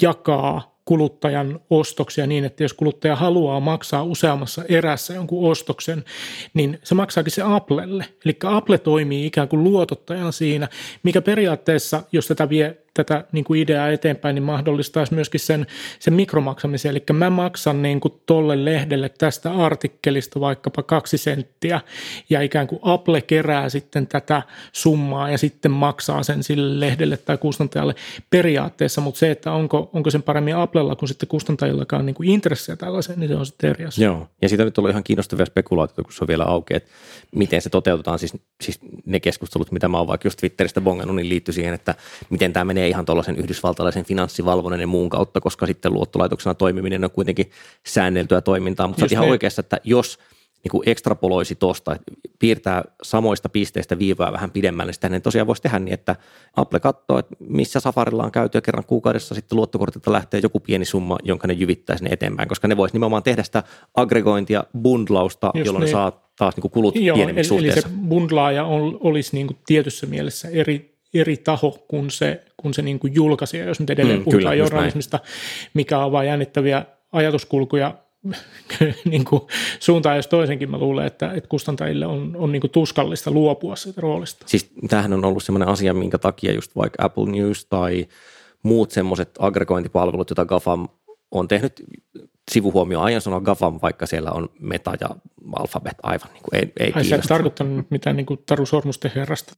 jakaa kuluttajan ostoksia niin, että jos kuluttaja haluaa maksaa useammassa erässä jonkun ostoksen, niin se maksaakin se Applelle. Eli Apple toimii ikään kuin luotottajana siinä, mikä periaatteessa, jos tätä vie tätä niin kuin ideaa eteenpäin, niin mahdollistaisi myöskin sen mikromaksamisen. Eli mä maksan niin kuin tolle lehdelle tästä artikkelista vaikkapa 2 senttiä, ja ikään kuin Apple kerää sitten tätä summaa ja sitten maksaa sen sille lehdelle tai kustantajalle periaatteessa, mutta se, että onko sen paremmin Applella kuin sitten kustantajillakaan niin kuin intressejä tällaiseen, niin se on sitten eri asia. Joo, ja siitä nyt on ihan kiinnostavia spekulaatioita, kun se on vielä auki, että miten se toteutetaan, siis ne keskustelut, mitä mä oon vaikka just Twitteristä bongannut, niin liittyy siihen, että miten tämä menee ihan tuollaisen yhdysvaltalaisen finanssivalvonnan ja muun kautta, koska sitten luottolaitoksena toimiminen on kuitenkin säänneltyä toimintaa, mutta sä oot ihan oikeassa, että jos niin kuin ekstrapoloisi tuosta, että piirtää samoista pisteistä viivaa vähän pidemmälle, niin sitä ne tosiaan voisi tehdä niin, että Apple katsoo, että missä Safarilla on käyty ja kerran kuukaudessa sitten luottokortilta lähtee joku pieni summa, jonka ne jyvittää sinne eteenpäin, koska ne voisi nimenomaan tehdä sitä aggregointia, bundlausta, just jolloin niin. Ne saa taas niin kuin kulut pienemmiksi suhteessa. Eli se bundlaaja olisi niin kuin tietyssä mielessä eri taho kuin se niin kuin julkaisija, jos nyt edelleen puhutaan journalismista, mikä on vain jännittäviä ajatuskulkuja niin kuin suuntaan jos toisenkin. Mä luulen, että kustantajille on niin kuin tuskallista luopua siitä roolista. Siis tämähän on ollut sellainen asia, minkä takia just vaikka Apple News tai muut semmoiset aggregointipalvelut, joita GAFAM on tehnyt, sivuhuomioon aion sanoa GAFAM, vaikka siellä on Meta ja Alphabet aivan niin kuin ei kiinnosta. Sä et tarkoittanut mitään niin kuin Taru Sormusten herrasta?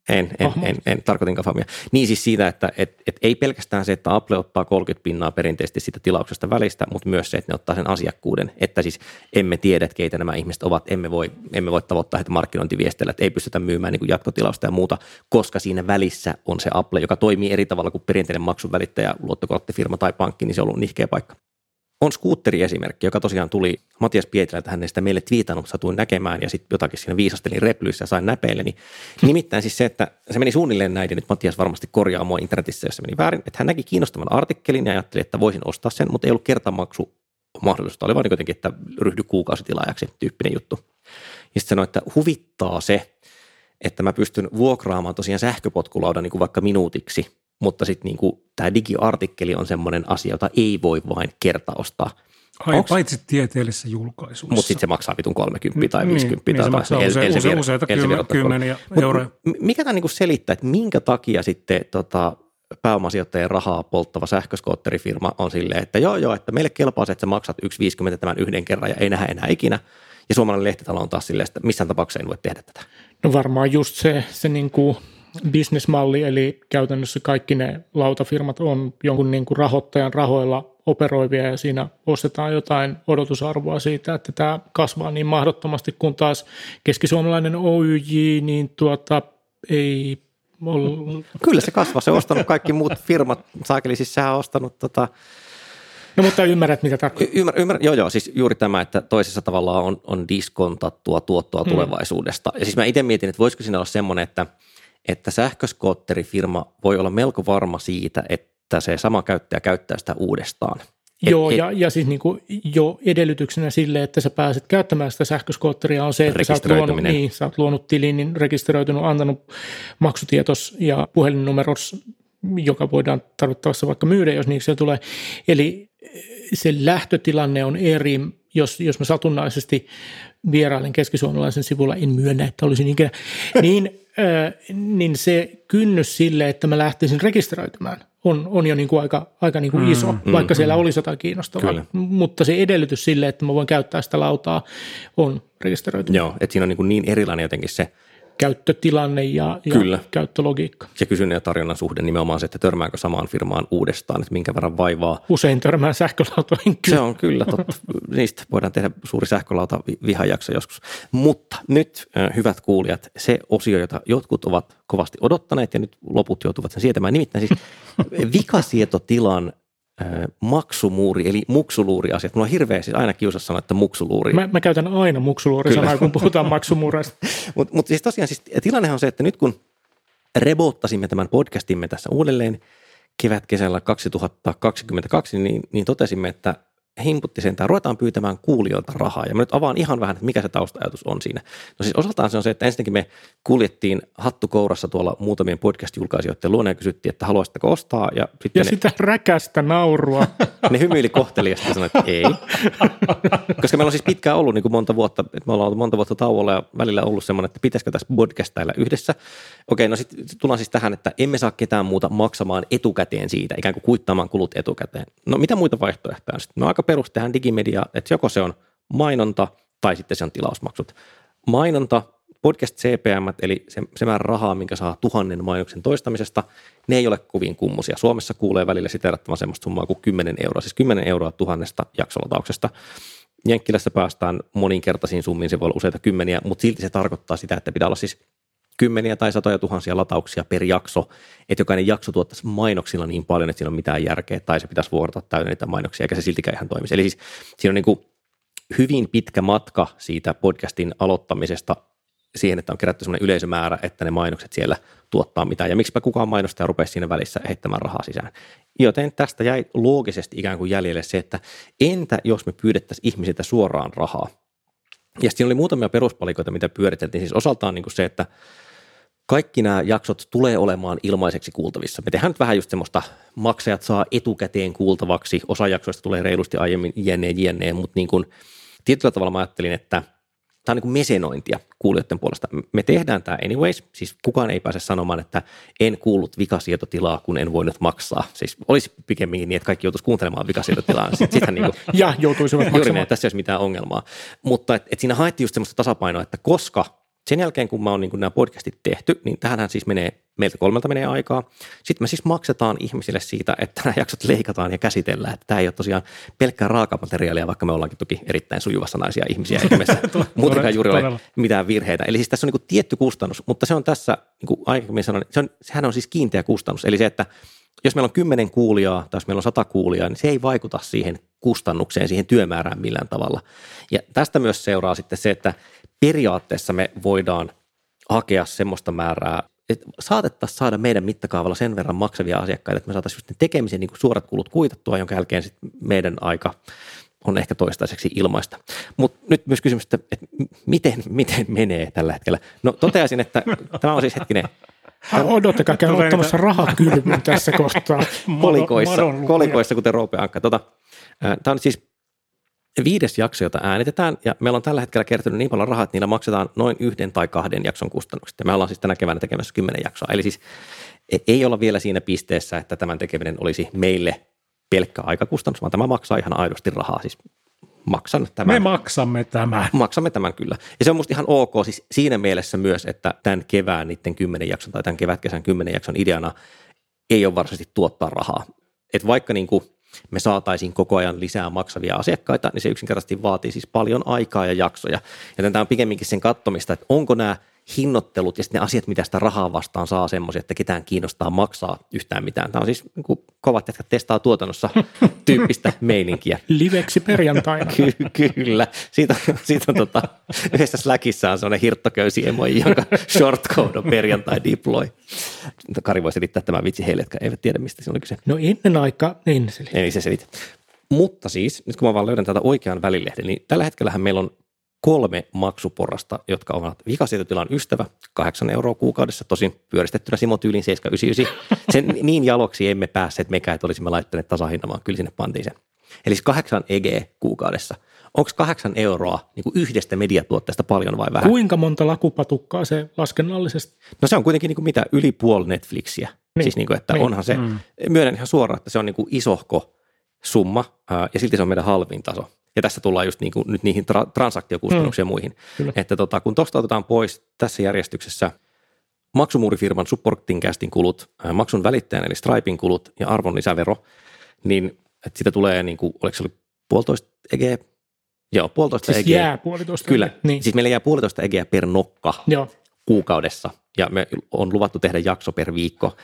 En tarkoitin GAFAMia. Niin siis siitä, että ei pelkästään se, että Apple ottaa 30% perinteisesti sitä tilauksesta välistä, mutta myös se, että ne ottaa sen asiakkuuden, että siis emme tiedä, että keitä nämä ihmiset ovat, emme voi tavoittaa heitä markkinointiviesteillä, että ei pystytä myymään niin kuin jatkotilausta ja muuta, koska siinä välissä on se Apple, joka toimii eri tavalla kuin perinteinen maksunvälittäjä, luottokorttifirma tai pankki, niin se on ollut nihkeä paikka. On Scooteri-esimerkki, joka tosiaan tuli Matias Pietilältä, hän sitä meille twiitannut, satuin näkemään ja sitten jotakin siinä viisastelin replyissä ja sain näpeille. Niin nimittäin siis se, että se meni suunnilleen näin, ja nyt Matias varmasti korjaa mua internetissä, jos se meni väärin, että hän näki kiinnostavan artikkelin ja ajatteli, että voisin ostaa sen, mutta ei ollut kertamaksu mahdollisuutta. Oli vaan jotenkin, että ryhdy kuukausitilaajaksi tyyppinen juttu. Ja sitten sanoi, että huvittaa se, että mä pystyn vuokraamaan tosiaan sähköpotkulaudan niin kuin vaikka minuutiksi, mutta sitten niinku tämä digiartikkeli on semmoinen asia, jota ei voi vain kertaostaa. Paitsi tieteellisessä julkaisuissa. Mutta sitten se maksaa vitun 30 tai 50 niin, tai se maksaa useita kymmeniä euroja. Mikä tämä niinku selittää, että minkä takia sitten pääomasijoittajien rahaa polttava sähköskootterifirma on silleen, että joo, että meille kelpaa se, että sä maksat 1,50 tämän yhden kerran ja ei nähdä enää ikinä. Ja suomalainen lehtitalo on taas silleen, että missään tapauksessa en voi tehdä tätä. No varmaan just se niin kuin bisnesmalli, eli käytännössä kaikki ne lautafirmat on jonkun niin kuin rahoittajan rahoilla operoivia ja siinä ostetaan jotain odotusarvoa siitä, että tämä kasvaa niin mahdottomasti, kun taas keskisuomalainen OYJ, niin ei ole. Kyllä se kasvaa, se on ostanut kaikki muut firmat, saakeli siis sehän on ostanut No mutta ymmärrät, mitä tarkoittaa. Joo, siis juuri tämä, että toisessa tavallaan on diskontattua tuottoa tulevaisuudesta. Ja siis mä itse mietin, että voisiko siinä olla semmoinen, että sähköskootterifirma voi olla melko varma siitä, että se sama käyttäjä käyttää sitä uudestaan. Joo, ja siis niin kuin jo edellytyksenä sille, että sä pääset käyttämään sitä sähköskootteria on se, että sä oot luonut tilin, niin rekisteröitynyt, antanut maksutietos ja puhelinnumeros, joka voidaan tarvittavassa vaikka myydä, jos niiksi se tulee. Eli se lähtötilanne on eri, jos mä satunnaisesti vierailen keskisuomalaisen sivulla, en myönnä, että olisin ikinä, niin se kynnys sille, että mä lähtisin rekisteröitymään, on jo niin kuin aika niin kuin iso, vaikka siellä olisi jotain kiinnostavaa. Kyllä. Mutta se edellytys sille, että mä voin käyttää sitä lautaa, on rekisteröitymään. Joo, että siinä on niin erilainen jotenkin se käyttötilanne ja käyttölogiikka. Se kysynnän ja tarjonnan suhde nimenomaan se, että törmääkö samaan firmaan uudestaan, että minkä verran vaivaa. Usein törmää sähkölautoihin. Se on kyllä totta. Niistä voidaan tehdä suuri sähkölauta vihajakso joskus. Mutta nyt, hyvät kuulijat, se osio, jota jotkut ovat kovasti odottaneet ja nyt loput joutuvat sen sietämään. Nimittäin siis vikasietotilan maksumuuri, eli muksuluuri-asiat. Mulla on hirveä siis aina kiusassa sanoa, että muksuluuri. Mä käytän aina muksuluuri-sanaa, kun puhutaan maksumuureista. Mutta siis tosiaan siis, tilannehan on se, että nyt kun reboottasimme tämän podcastimme tässä uudelleen kesällä 2022, niin totesimme, että himputti sentään, ruvetaan pyytämään kuulijoilta rahaa. Ja mä nyt avaan ihan vähän, että mikä se tausta-ajatus on siinä. No siis osaltaan se on se, että ensinnäkin me kuljettiin hattu kourassa tuolla muutamien podcast-julkaisijoiden luona ja kysyttiin, että haluaisitteko ostaa. Ja sitä räkästä naurua. Ne hymyili kohteliasti ja sanoivat, että ei. Koska meillä on siis pitkään ollut niin kuin monta vuotta, että me ollaan ollut monta vuotta tauolla ja välillä ollut semmoinen, että pitäisikö tässä podcastailla yhdessä. Okei, no sitten tullaan siis tähän, että emme saa ketään muuta maksamaan etukäteen siitä, ikään kuin kuittaamaan kulut etukäteen. No mitä muita vaihtoehtoja on sitten? No aika perustehan digimedia, että joko se on mainonta tai sitten se on tilausmaksut. Mainonta, podcast CPM, eli se määrä rahaa, minkä saa 1000 mainoksen toistamisesta, ne ei ole kovin kummosia. Suomessa kuulee välillä siteerattavan semmoista summaa kuin 10 euroa, siis 10 euroa 1000 jaksolatauksesta. Jenkkilässä päästään moninkertaisiin summiin, se voi olla useita kymmeniä, mutta silti se tarkoittaa sitä, että pitää olla siis kymmeniä tai satoja tuhansia latauksia per jakso, että jokainen jakso tuottaisi mainoksilla niin paljon, että siinä on mitään järkeä, tai se pitäisi vuorata täynnä niitä mainoksia, eikä se siltikään ihan toimisi. Eli siis siinä on niin kuin hyvin pitkä matka siitä podcastin aloittamisesta siihen, että on kerätty sellainen yleisömäärä, että ne mainokset siellä tuottaa mitään. Ja miksipä kukaan mainostaja rupeaa siinä välissä heittämään rahaa sisään. Joten tästä jäi loogisesti ikään kuin jäljelle se, että entä jos me pyydettäisiin ihmisiltä suoraan rahaa? Ja siinä oli muutamia peruspalikoita, mitä pyöriteltiin. Siis osaltaan niin kuin se, että kaikki nämä jaksot tulee olemaan ilmaiseksi kuultavissa. Me tehdään nyt vähän just semmoista, maksajat saa etukäteen kuultavaksi, osa jaksoista tulee reilusti aiemmin jne, mutta niin kuin tietyllä tavalla mä ajattelin, että tämä on niin kuin mesenointia kuulijoiden puolesta. Me tehdään tämä anyways, siis kukaan ei pääse sanomaan, että en kuullut vikasietotilaa, kun en voinut maksaa. Siis olisi pikemminkin niin, että kaikki joutuisi kuuntelemaan vikasietotilaa. Niin kuin, ja joutuisivat maksamaan. Juuri näin, tässä ei olisi mitään ongelmaa. Mutta et siinä haettiin just semmoista tasapainoa, että koska sen jälkeen, kun mä oon niin nämä podcastit tehty, niin tähänhän siis meiltä 3 menee aikaa. Sitten me siis maksetaan ihmisille siitä, että nämä jaksot leikataan ja käsitellään. Että tämä ei ole tosiaan pelkkää raakamateriaalia, vaikka me ollaankin toki erittäin sujuvassa naisia ihmisiä, eikä meissä muutenkaan juuri ole mitään virheitä. Eli siis tässä on niin kuin tietty kustannus, mutta se on tässä, niin kuin aikaisemmin sanoin, sehän on siis kiinteä kustannus. Eli se, että jos meillä on 10 kuulijaa tai jos meillä on 100 kuulijaa, niin se ei vaikuta siihen kustannukseen, siihen työmäärään millään tavalla. Ja tästä myös seuraa sitten se, että periaatteessa me voidaan hakea semmoista määrää, että saatettaisiin saada meidän mittakaavalla sen verran maksavia asiakkaita, että me saataisiin just ne tekemisen niin kuin suorat kulut kuitattua, jonka jälkeen sitten meidän aika on ehkä toistaiseksi ilmaista. Mutta nyt myös kysymys, että miten menee tällä hetkellä? No toteaisin, että tämä on siis hetkinen. Odottakaa, käy ottamassa rahakylmyn tässä kohtaa. Kolikoissa, kuten Roope Ankka. Tämä on siis 5. jakso, jota äänitetään, ja meillä on tällä hetkellä kertynyt niin paljon rahaa, että niillä maksetaan noin 1 tai 2 jakson kustannukset. Ja me ollaan siis tänä keväänä tekemässä 10 jaksoa. Eli siis ei olla vielä siinä pisteessä, että tämän tekeminen olisi meille pelkkä aikakustannus, vaan tämä maksaa ihan aidosti rahaa. Siis maksan tämän. Me maksamme tämän. Maksamme tämän kyllä. Ja se on musta ihan ok siis siinä mielessä myös, että tämän kevään niiden 10 jakson tai tämän kevätkesän 10 jakson ideana ei ole varsinaisesti tuottaa rahaa. Että vaikka niin kuin me saataisiin koko ajan lisää maksavia asiakkaita, niin se yksinkertaisesti vaatii siis paljon aikaa ja jaksoja. Ja tämä on pikemminkin sen katsomista, että onko nämä hinnoittelut ja sitten ne asiat, mitä sitä rahaa vastaan saa semmoisia, että ketään kiinnostaa maksaa yhtään mitään. Tämä on siis niin kuin kovat, jotka testaa tuotannossa tyyppistä meininkiä. Liveksi perjantaina. Kyllä. Siitä on yhdessä Slackissa on sellainen hirttoköysi-emoji, jonka shortcode on perjantai deploy. Kari voi selittää tämän vitsi heille, jotka eivät tiedä, mistä se oli kyse. No ennen aikaa, niin selittää. Ei se selitä. Mutta siis, nyt kun mä vaan löydän tätä oikean välilehden, niin tällä hetkellähän meillä on 3 maksuporrasta, jotka ovat vikasietotilan ystävä, 8 € kuukaudessa, tosin pyöristettynä Simo-tyylin 799. Sen niin jaloksi emme päässeet mekään, että olisimme laittaneet tasahinnan, vaan kyllä sinne pantiin sen. Eli 8 EG kuukaudessa. Onko 8 € niin kuin yhdestä mediatuotteesta paljon vai vähän? Kuinka monta lakupatukkaa se laskennallisesti? No se on kuitenkin niin kuin mitä yli puoli Netflixiä. Niin. Siis niin kuin, että onhan se, myönnän ihan suoraan, että se on niin kuin isohko summa ja silti se on meidän halvin taso. Ja tässä tullaan just niinku nyt niihin transaktiokustannuksiin ja muihin. Kyllä. Että kun tuosta otetaan pois tässä järjestyksessä maksumuurifirman supporting castin kulut, maksun välittäjän eli Stripein kulut ja arvonlisävero, niin että siitä tulee, niinku, oliko se oli 1,5 EG? Joo, 1,5 siis EG. Jää 1,5 Kyllä, niin. Siis meillä jää 1,5 EG per nokka. Joo. Kuukaudessa. Ja me on luvattu tehdä jakso per viikko.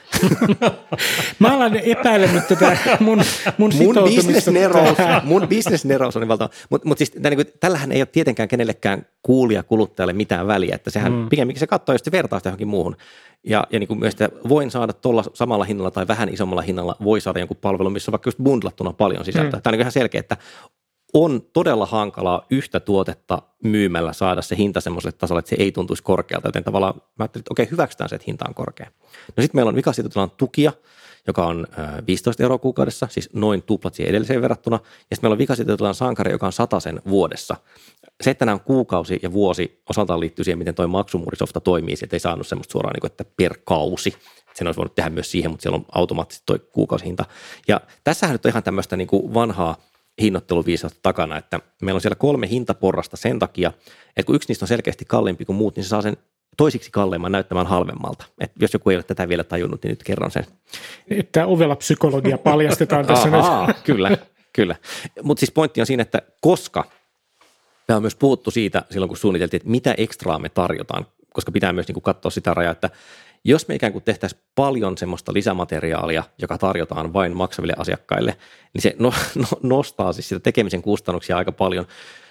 Mä alan epäillä nyt tätä mun sitoutumista. Mun business-nerous on niin valtava. Mutta siis tällähän ei ole tietenkään kenellekään kuluttajalle mitään väliä. Että sehän pikemminkin se katsoo, jos se vertaa sitä johonkin muuhun. Ja niin kuin myös, että voin saada tuolla samalla hinnalla tai vähän isommalla hinnalla, voi saada jonkun palvelun, missä on vaikka just bundlattuna paljon sisältöä. Tämä on niin ihan selkeä, että on todella hankalaa yhtä tuotetta myymällä saada se hinta semmoiselle tasolle, että se ei tuntuisi korkealta. Joten tavallaan mä ajattelin, että okei, hyväksytään se, että hinta on korkea. No sitten meillä on vikasietotilan tukia, joka on 15 € kuukaudessa, siis noin tuplat siihen edelliseen verrattuna. Ja sitten meillä on vikasietotilan sankari, joka on 100 vuodessa. Se, että nämä on kuukausi ja vuosi, osaltaan liittyy siihen, miten toi maksumuurisofta toimii. Sieltä ei saanut semmoista suoraan, että per kausi. Sen olisi voinut tehdä myös siihen, mutta siellä on automaattisesti toi kuukausihinta. Ja tässähän nyt on ihan tämmöistä niin kuin vanhaa hinnoitteluviisausta takana, että meillä on siellä 3 hintaporrasta sen takia, että kun yksi niistä on selkeästi kalliimpi kuin muut, niin se saa sen toisiksi kalleimman näyttämään halvemmalta. Et jos joku ei ole tätä vielä tajunnut, niin nyt kerron sen. Että ovella psykologia paljastetaan tässä nyt. Kyllä. Mutta siis pointti on siinä, että koska me on myös puhuttu siitä silloin, kun suunniteltiin, että mitä ekstraa me tarjotaan, koska pitää myös niin katsoa sitä rajaa, että jos me ikään kuin tehtäisiin paljon semmoista lisämateriaalia, joka tarjotaan vain maksaville asiakkaille, niin se nostaa siis sitä tekemisen kustannuksia aika paljon,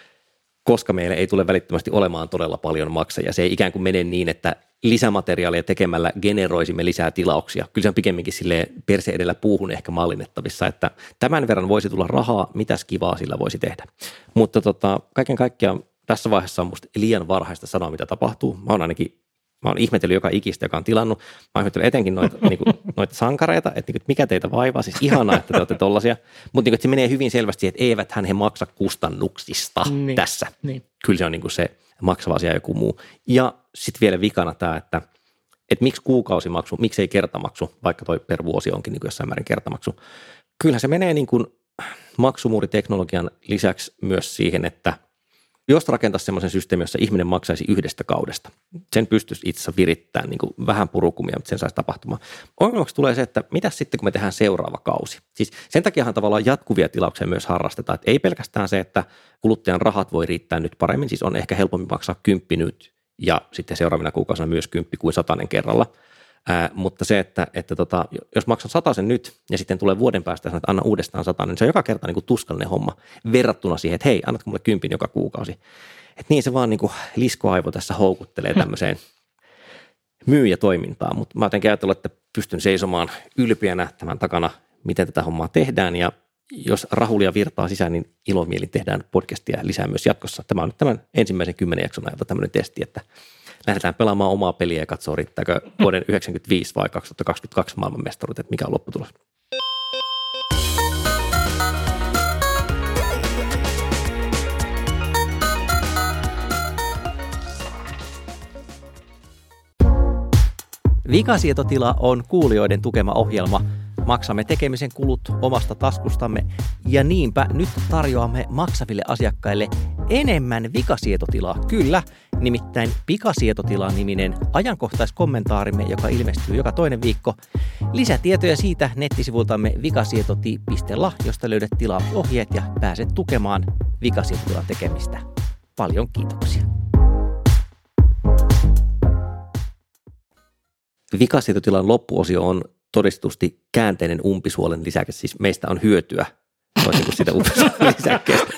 koska meillä ei tule välittömästi olemaan todella paljon maksajia. Se ei ikään kuin mene niin, että lisämateriaalia tekemällä generoisimme lisää tilauksia. Kyllä se on pikemminkin silleen perse edellä puuhun ehkä mallinnettavissa, että tämän verran voisi tulla rahaa, mitäs kivaa sillä voisi tehdä. Mutta kaiken kaikkiaan tässä vaiheessa on musta liian varhaista sanoa, mitä tapahtuu. Mä oon ihmetellyt joka ikistä, joka on tilannut. Mä oon ihmetellyt etenkin noita sankareita, että mikä teitä vaivaa. Siis ihanaa, että te olette tollaisia. Mutta se menee hyvin selvästi, että eiväthän he maksa kustannuksista tässä. Niin. Kyllä se on se maksava asia joku muu. Ja sitten vielä vikana tämä, että miksi kuukausimaksu, miksi ei kertamaksu, vaikka toi per vuosi onkin jossain määrin kertamaksu. Kyllähän se menee maksumuuriteknologian lisäksi myös siihen, että jos rakentaisi semmoisen systeemin, jossa ihminen maksaisi yhdestä kaudesta, sen pystyisi itse asiassa virittämään vähän purukumia, mutta sen saisi tapahtumaan. Ongelmaksi tulee se, että mitä sitten, kun me tehdään seuraava kausi? Siis sen takiahan tavallaan jatkuvia tilauksia myös harrastetaan, että ei pelkästään se, että kuluttajan rahat voi riittää nyt paremmin, siis on ehkä helpompi maksaa 10 nyt ja sitten seuraavina kuukausina myös 10 kuin 100 kerralla. Mutta se, että jos maksan 100 nyt ja sitten tulee vuoden päästä ja sanon, että anna uudestaan 100, niin se on joka kerta tuskallinen homma verrattuna siihen, että hei, annatko mulle 10 joka kuukausi. Että niin se vaan liskoaivo tässä houkuttelee tämmöiseen myyjätoimintaan, mutta mä jotenkin ajatellut, että pystyn seisomaan ylpeänä tämän takana, miten tätä hommaa tehdään ja jos rahulia virtaa sisään, niin ilomielin tehdään podcastia lisää myös jatkossa. Tämä on nyt tämän ensimmäisen 10 jakson ajalta tämmöinen testi, että lähdetään pelaamaan omaa peliä ja katsoa, riittääkö vuoden 1995 vai 2022 maailmanmestaruudet, että mikä on lopputulos. Vikasietotila on kuulijoiden tukema ohjelma. Maksamme tekemisen kulut omasta taskustamme ja niinpä nyt tarjoamme maksaville asiakkaille enemmän vikasietotilaa. Kyllä, nimittäin Pikasietotila-niminen ajankohtaiskommentaarimme, joka ilmestyy joka toinen viikko. Lisätietoja siitä nettisivultamme vikasietoti.la, josta löydät tilausohjeet ja pääset tukemaan vikasietotilan tekemistä. Paljon kiitoksia. Vikasietotilan loppuosio on todistusti käänteinen umpisuolen lisäke, siis meistä on hyötyä toisin kuin siitä umpisuolen lisäkkeestä.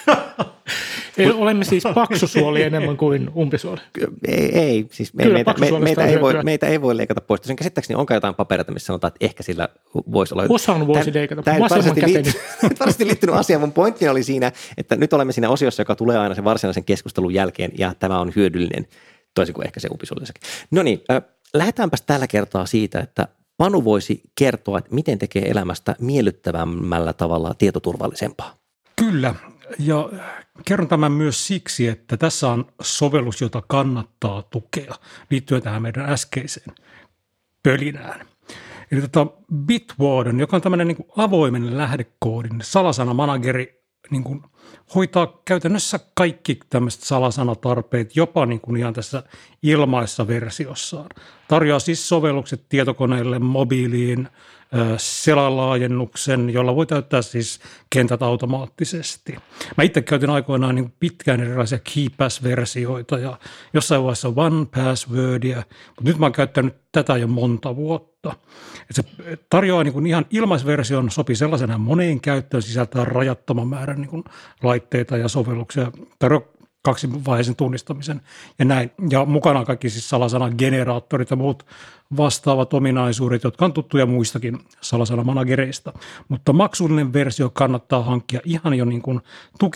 Olemme siis paksusuoli enemmän kuin umpisuoli. Ei siis meitä ei voi leikata pois. Sen käsittääkseni onkaan jotain papereita, missä sanotaan, että ehkä sillä voisi olla. Osan voisi leikata. Tämä varsinaisesti liittynyt asiaan. Mun pointti oli siinä, että nyt olemme siinä osiossa, joka tulee aina sen varsinaisen keskustelun jälkeen, ja tämä on hyödyllinen, toisin kuin ehkä se umpisuoli lisäke. No niin, lähdetäänpäs tällä kertaa siitä, että Panu voisi kertoa, että miten tekee elämästä miellyttävämmällä tavalla tietoturvallisempaa. Kyllä, ja kerron tämän myös siksi, että tässä on sovellus, jota kannattaa tukea liittyen tähän meidän äskeiseen pölinään. Eli Bitwarden, joka on tämmöinen niin kuin avoimen lähdekoodin salasanamanageri, niin kuin hoitaa käytännössä kaikki tämmöiset salasanatarpeet, jopa niin kuin ihan tässä ilmaisessa versiossaan. Tarjoaa siis sovellukset tietokoneille, mobiiliin, selalaajennuksen, jolla voi täyttää siis kentät automaattisesti. Mä itse käytin aikoinaan niin pitkään erilaisia KeePass-versioita ja jossain vaiheessa OnePasswordia, mutta nyt mä oon käyttänyt tätä jo monta vuotta. Et se tarjoaa niin kuin ihan ilmaisversion, sopii sellaisena moneen käyttöön, sisältää rajattoman määrän niin kuin laitteita ja sovelluksia, tarjoaa kaksivaiheisen tunnistamisen ja näin. Ja mukana on kaikki siis salasanageneraattorit ja muut vastaavat ominaisuudet, jotka on tuttuja muistakin salasanamanagereista. Mutta maksullinen versio kannattaa hankkia ihan jo niin kuin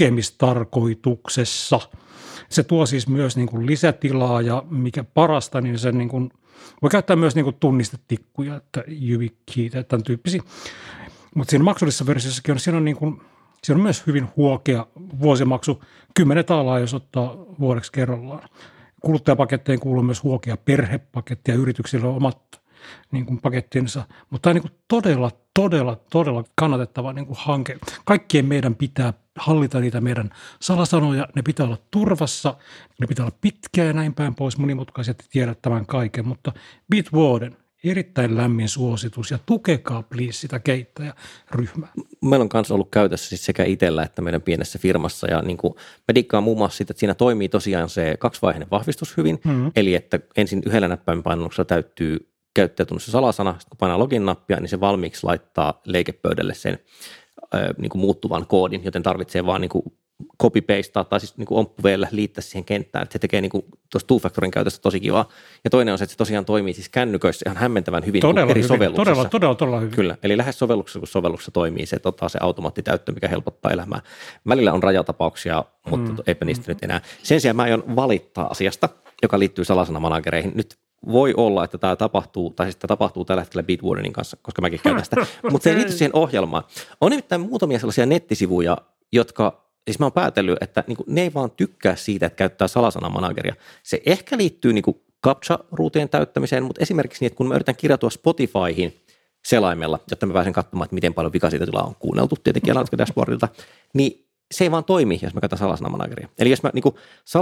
tukemistarkoituksessa. Se tuo siis myös niin kuin lisätilaa ja mikä parasta, niin se niin kuin voi käyttää myös niin kuin tunnistetikkuja, että YubiKeytä, tämän tyyppisiä. Mutta siinä maksullisessa versiossakin on, siinä on myös hyvin huokea vuosimaksu, 10 taalaa, jos ottaa vuodeksi kerrallaan. Kuluttajapaketteihin kuuluu myös huokea perhepaketti ja yrityksillä on omat niin kuin pakettinsa, mutta tämä on niin kuin todella kannatettava niin kuin hanke. Kaikkien meidän pitää hallita niitä meidän salasanoja, ne pitää olla turvassa, ne pitää olla pitkiä ja näin päin pois, monimutkaiset tiedät tämän kaiken, mutta Bitwarden, erittäin lämmin suositus ja tukekaa please sitä kehittäjäryhmää. Meillä on kanssa ollut käytössä siis sekä itsellä että meidän pienessä firmassa ja niin kuin me dikkaan muun muassa siitä, että siinä toimii tosiaan se kaksivaiheinen vahvistus hyvin, eli että ensin yhdellä näppäinpainalluksella täyttyy käyttäjätunnus salasana, sitten kun painaa login-nappia, niin se valmiiksi laittaa leikepöydälle sen niin kuin muuttuvan koodin, joten tarvitsee vaan niin kuin copy-pastea tai siis niin kuin omppuveellä liittää siihen kenttään, että se tekee niin kuin tuossa two-factorin käytössä tosi kivaa. Ja toinen on se, että se tosiaan toimii siis kännyköissä ihan hämmentävän hyvin eri sovelluksissa. Todella hyvin. Kyllä, eli lähes sovelluksessa, kun sovelluksessa toimii se automaattitääyttö, mikä helpottaa elämää. Välillä on rajatapauksia, mutta eipä niistä nyt enää. Sen sijaan mä aion valittaa asiasta, joka liittyy salasanamanagereihin. Nyt voi olla, että tämä tapahtuu tällä hetkellä Bitwardenin kanssa, koska mäkin käytän sitä, mutta se ei liity siihen ohjelmaan. On nimittäin muutamia sellaisia nettisivuja, jotka siis mä oon päätellyt, että niinku, ne ei vaan tykkää siitä, että käyttää salasanamanageria. Se ehkä liittyy niinku CAPTCHA-ruutujen täyttämiseen, mutta esimerkiksi niin, että kun mä yritän kirjautua Spotifyhin selaimella, jotta mä pääsen katsomaan, että miten paljon vikasietotilaa on kuunneltu tietenkin Analytica Dashboardilta, niin se ei vaan toimi, jos mä käytän salasanamanageria. Eli jos mä niinku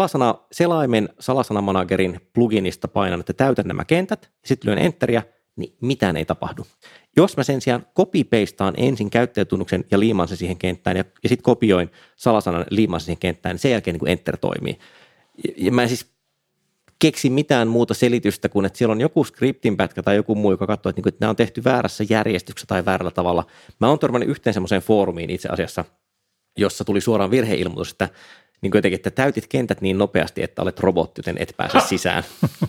selaimen salasanamanagerin pluginista painan, että täytän nämä kentät, ja sitten lyön enteriä, niin mitään ei tapahdu. Jos mä sen sijaan copy-pastaan ensin käyttäjätunnuksen ja liimaan sen siihen kenttään ja sitten kopioin salasanan liimaan sen siihen kenttään, niin sen jälkeen niin kuin enter toimii. Ja mä en siis keksi mitään muuta selitystä kuin, että siellä on joku skriptinpätkä tai joku muu, joka katsoo, että nämä on tehty väärässä järjestyksessä tai väärällä tavalla. Mä oon törmännyt yhteen semmoiseen foorumiin itse asiassa, jossa tuli suoraan virheilmoitus, että niin kuin jotenkin, että täytit kentät niin nopeasti, että olet robotti, joten et pääse sisään.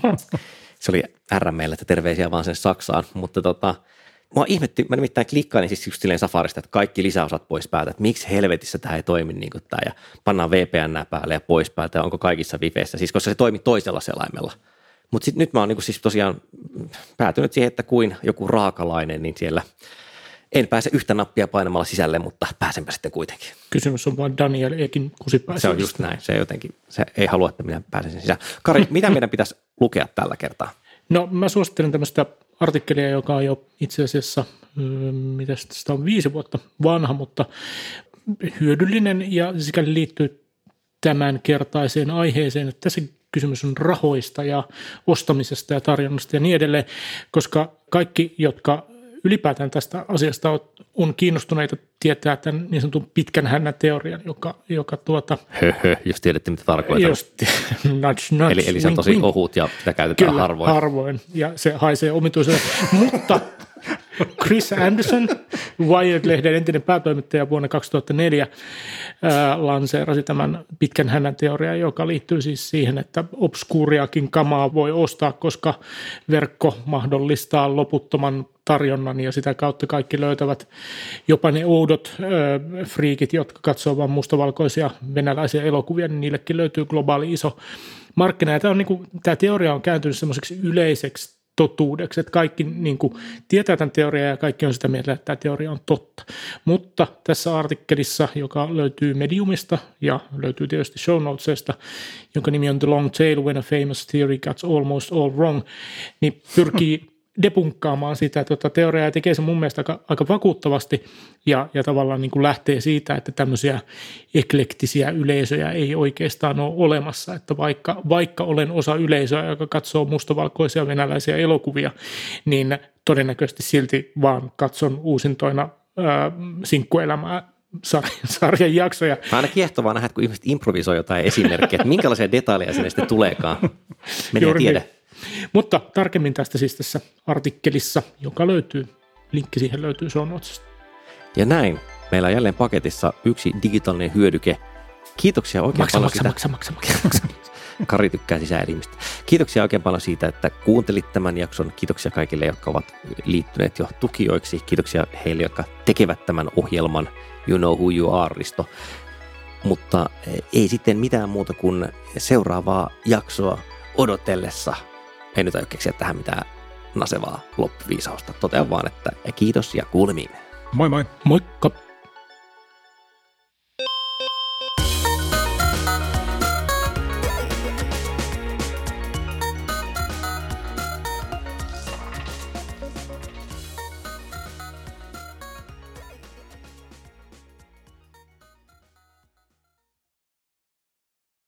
Se oli RM:lle, että terveisiä vaan sen Saksaan, mutta mua ihmetti, mä nimittäin klikkailin siis just silleen Safarista, että kaikki lisäosat pois päältä, että miksi helvetissä tämä ei toimi niin kuin tämä, ja pannaan VPN päälle ja pois päältä, ja onko kaikissa Wifeissä, siis koska se toimi toisella selaimella. Mutta sitten nyt mä oon niin kuin siis tosiaan päätynyt siihen, että kuin joku raakalainen, niin siellä en pääse yhtä nappia painamalla sisälle, mutta pääsenpä sitten kuitenkin. Kysymys on vaan Daniel Ekin kusipäässä. Se on just näin, se ei halua, että minä pääsen sisään. Kari, mitä meidän pitäisi lukea tällä kertaa? No mä suosittelen tämmöistä artikkelia, joka on jo itse asiassa, mitä sitä on 5 vuotta vanha, mutta hyödyllinen ja sikäli liittyy tämän kertaiseen aiheeseen, että tässä kysymys on rahoista ja ostamisesta ja tarjonnasta ja niin edelleen, koska kaikki, jotka ylipäätään tästä asiasta on kiinnostuneita, tietää tämän niin sanotun pitkän hännän teorian, joka jos tiedätte, mitä tarkoitan. Nudge, eli se on tosi ohut ja sitä käytetään kyllä, harvoin. Ja se haisee omituiselle. Mutta Chris Anderson, Wired-lehden entinen päätoimittaja vuonna 2004, lanseerasi tämän pitkän hännän teorian, joka liittyy siis siihen, että obskuuriakin kamaa voi ostaa, koska verkko mahdollistaa loputtoman tarjonnan ja sitä kautta kaikki löytävät jopa ne oudot friikit, jotka katsoo vain mustavalkoisia venäläisiä elokuvia, niin niillekin löytyy globaali iso markkina. Ja tämä teoria on kääntynyt semmoiseksi yleiseksi totuudeksi, että kaikki tietää tämän teorian ja kaikki on sitä mieltä, että tämä teoria on totta. Mutta tässä artikkelissa, joka löytyy Mediumista ja löytyy tietysti show notesista, jonka nimi on The Long Tail When a Famous Theory Gets Almost All Wrong, niin pyrkii depunkkaamaan sitä teoriaa ja tekee se mun mielestä aika vakuuttavasti ja tavallaan lähtee siitä, että tämmöisiä eklektisiä yleisöjä ei oikeastaan ole olemassa, että vaikka olen osa yleisöä, joka katsoo mustavalkoisia venäläisiä elokuvia, niin todennäköisesti silti vaan katson uusintoina sinkkuelämää sarjan jaksoja. Aina kiehtovaa nähdä, kun ihmiset improvisoi jotain esimerkkejä, että minkälaisia detaljeja sinne sitten tuleekaan. Menee tiedä. Niin. Mutta tarkemmin tästä siis tässä artikkelissa, joka löytyy, linkki siihen löytyy show notesista. Ja näin, meillä on jälleen paketissa yksi digitaalinen hyödyke. Kiitoksia oikein paljon siitä. Maksa. Kari tykkää sisäelimistä. Kiitoksia oikein paljon siitä, että kuuntelit tämän jakson. Kiitoksia kaikille, jotka ovat liittyneet jo tukijoiksi. Kiitoksia heille, jotka tekevät tämän ohjelman. You know who you are, Risto. Mutta ei sitten mitään muuta kuin seuraavaa jaksoa odotellessa. En nyt aio keksiä tähän mitään nasevaa loppuviisausta. Totean vaan, että kiitos ja kuulemiin. Moi moi. Moikka.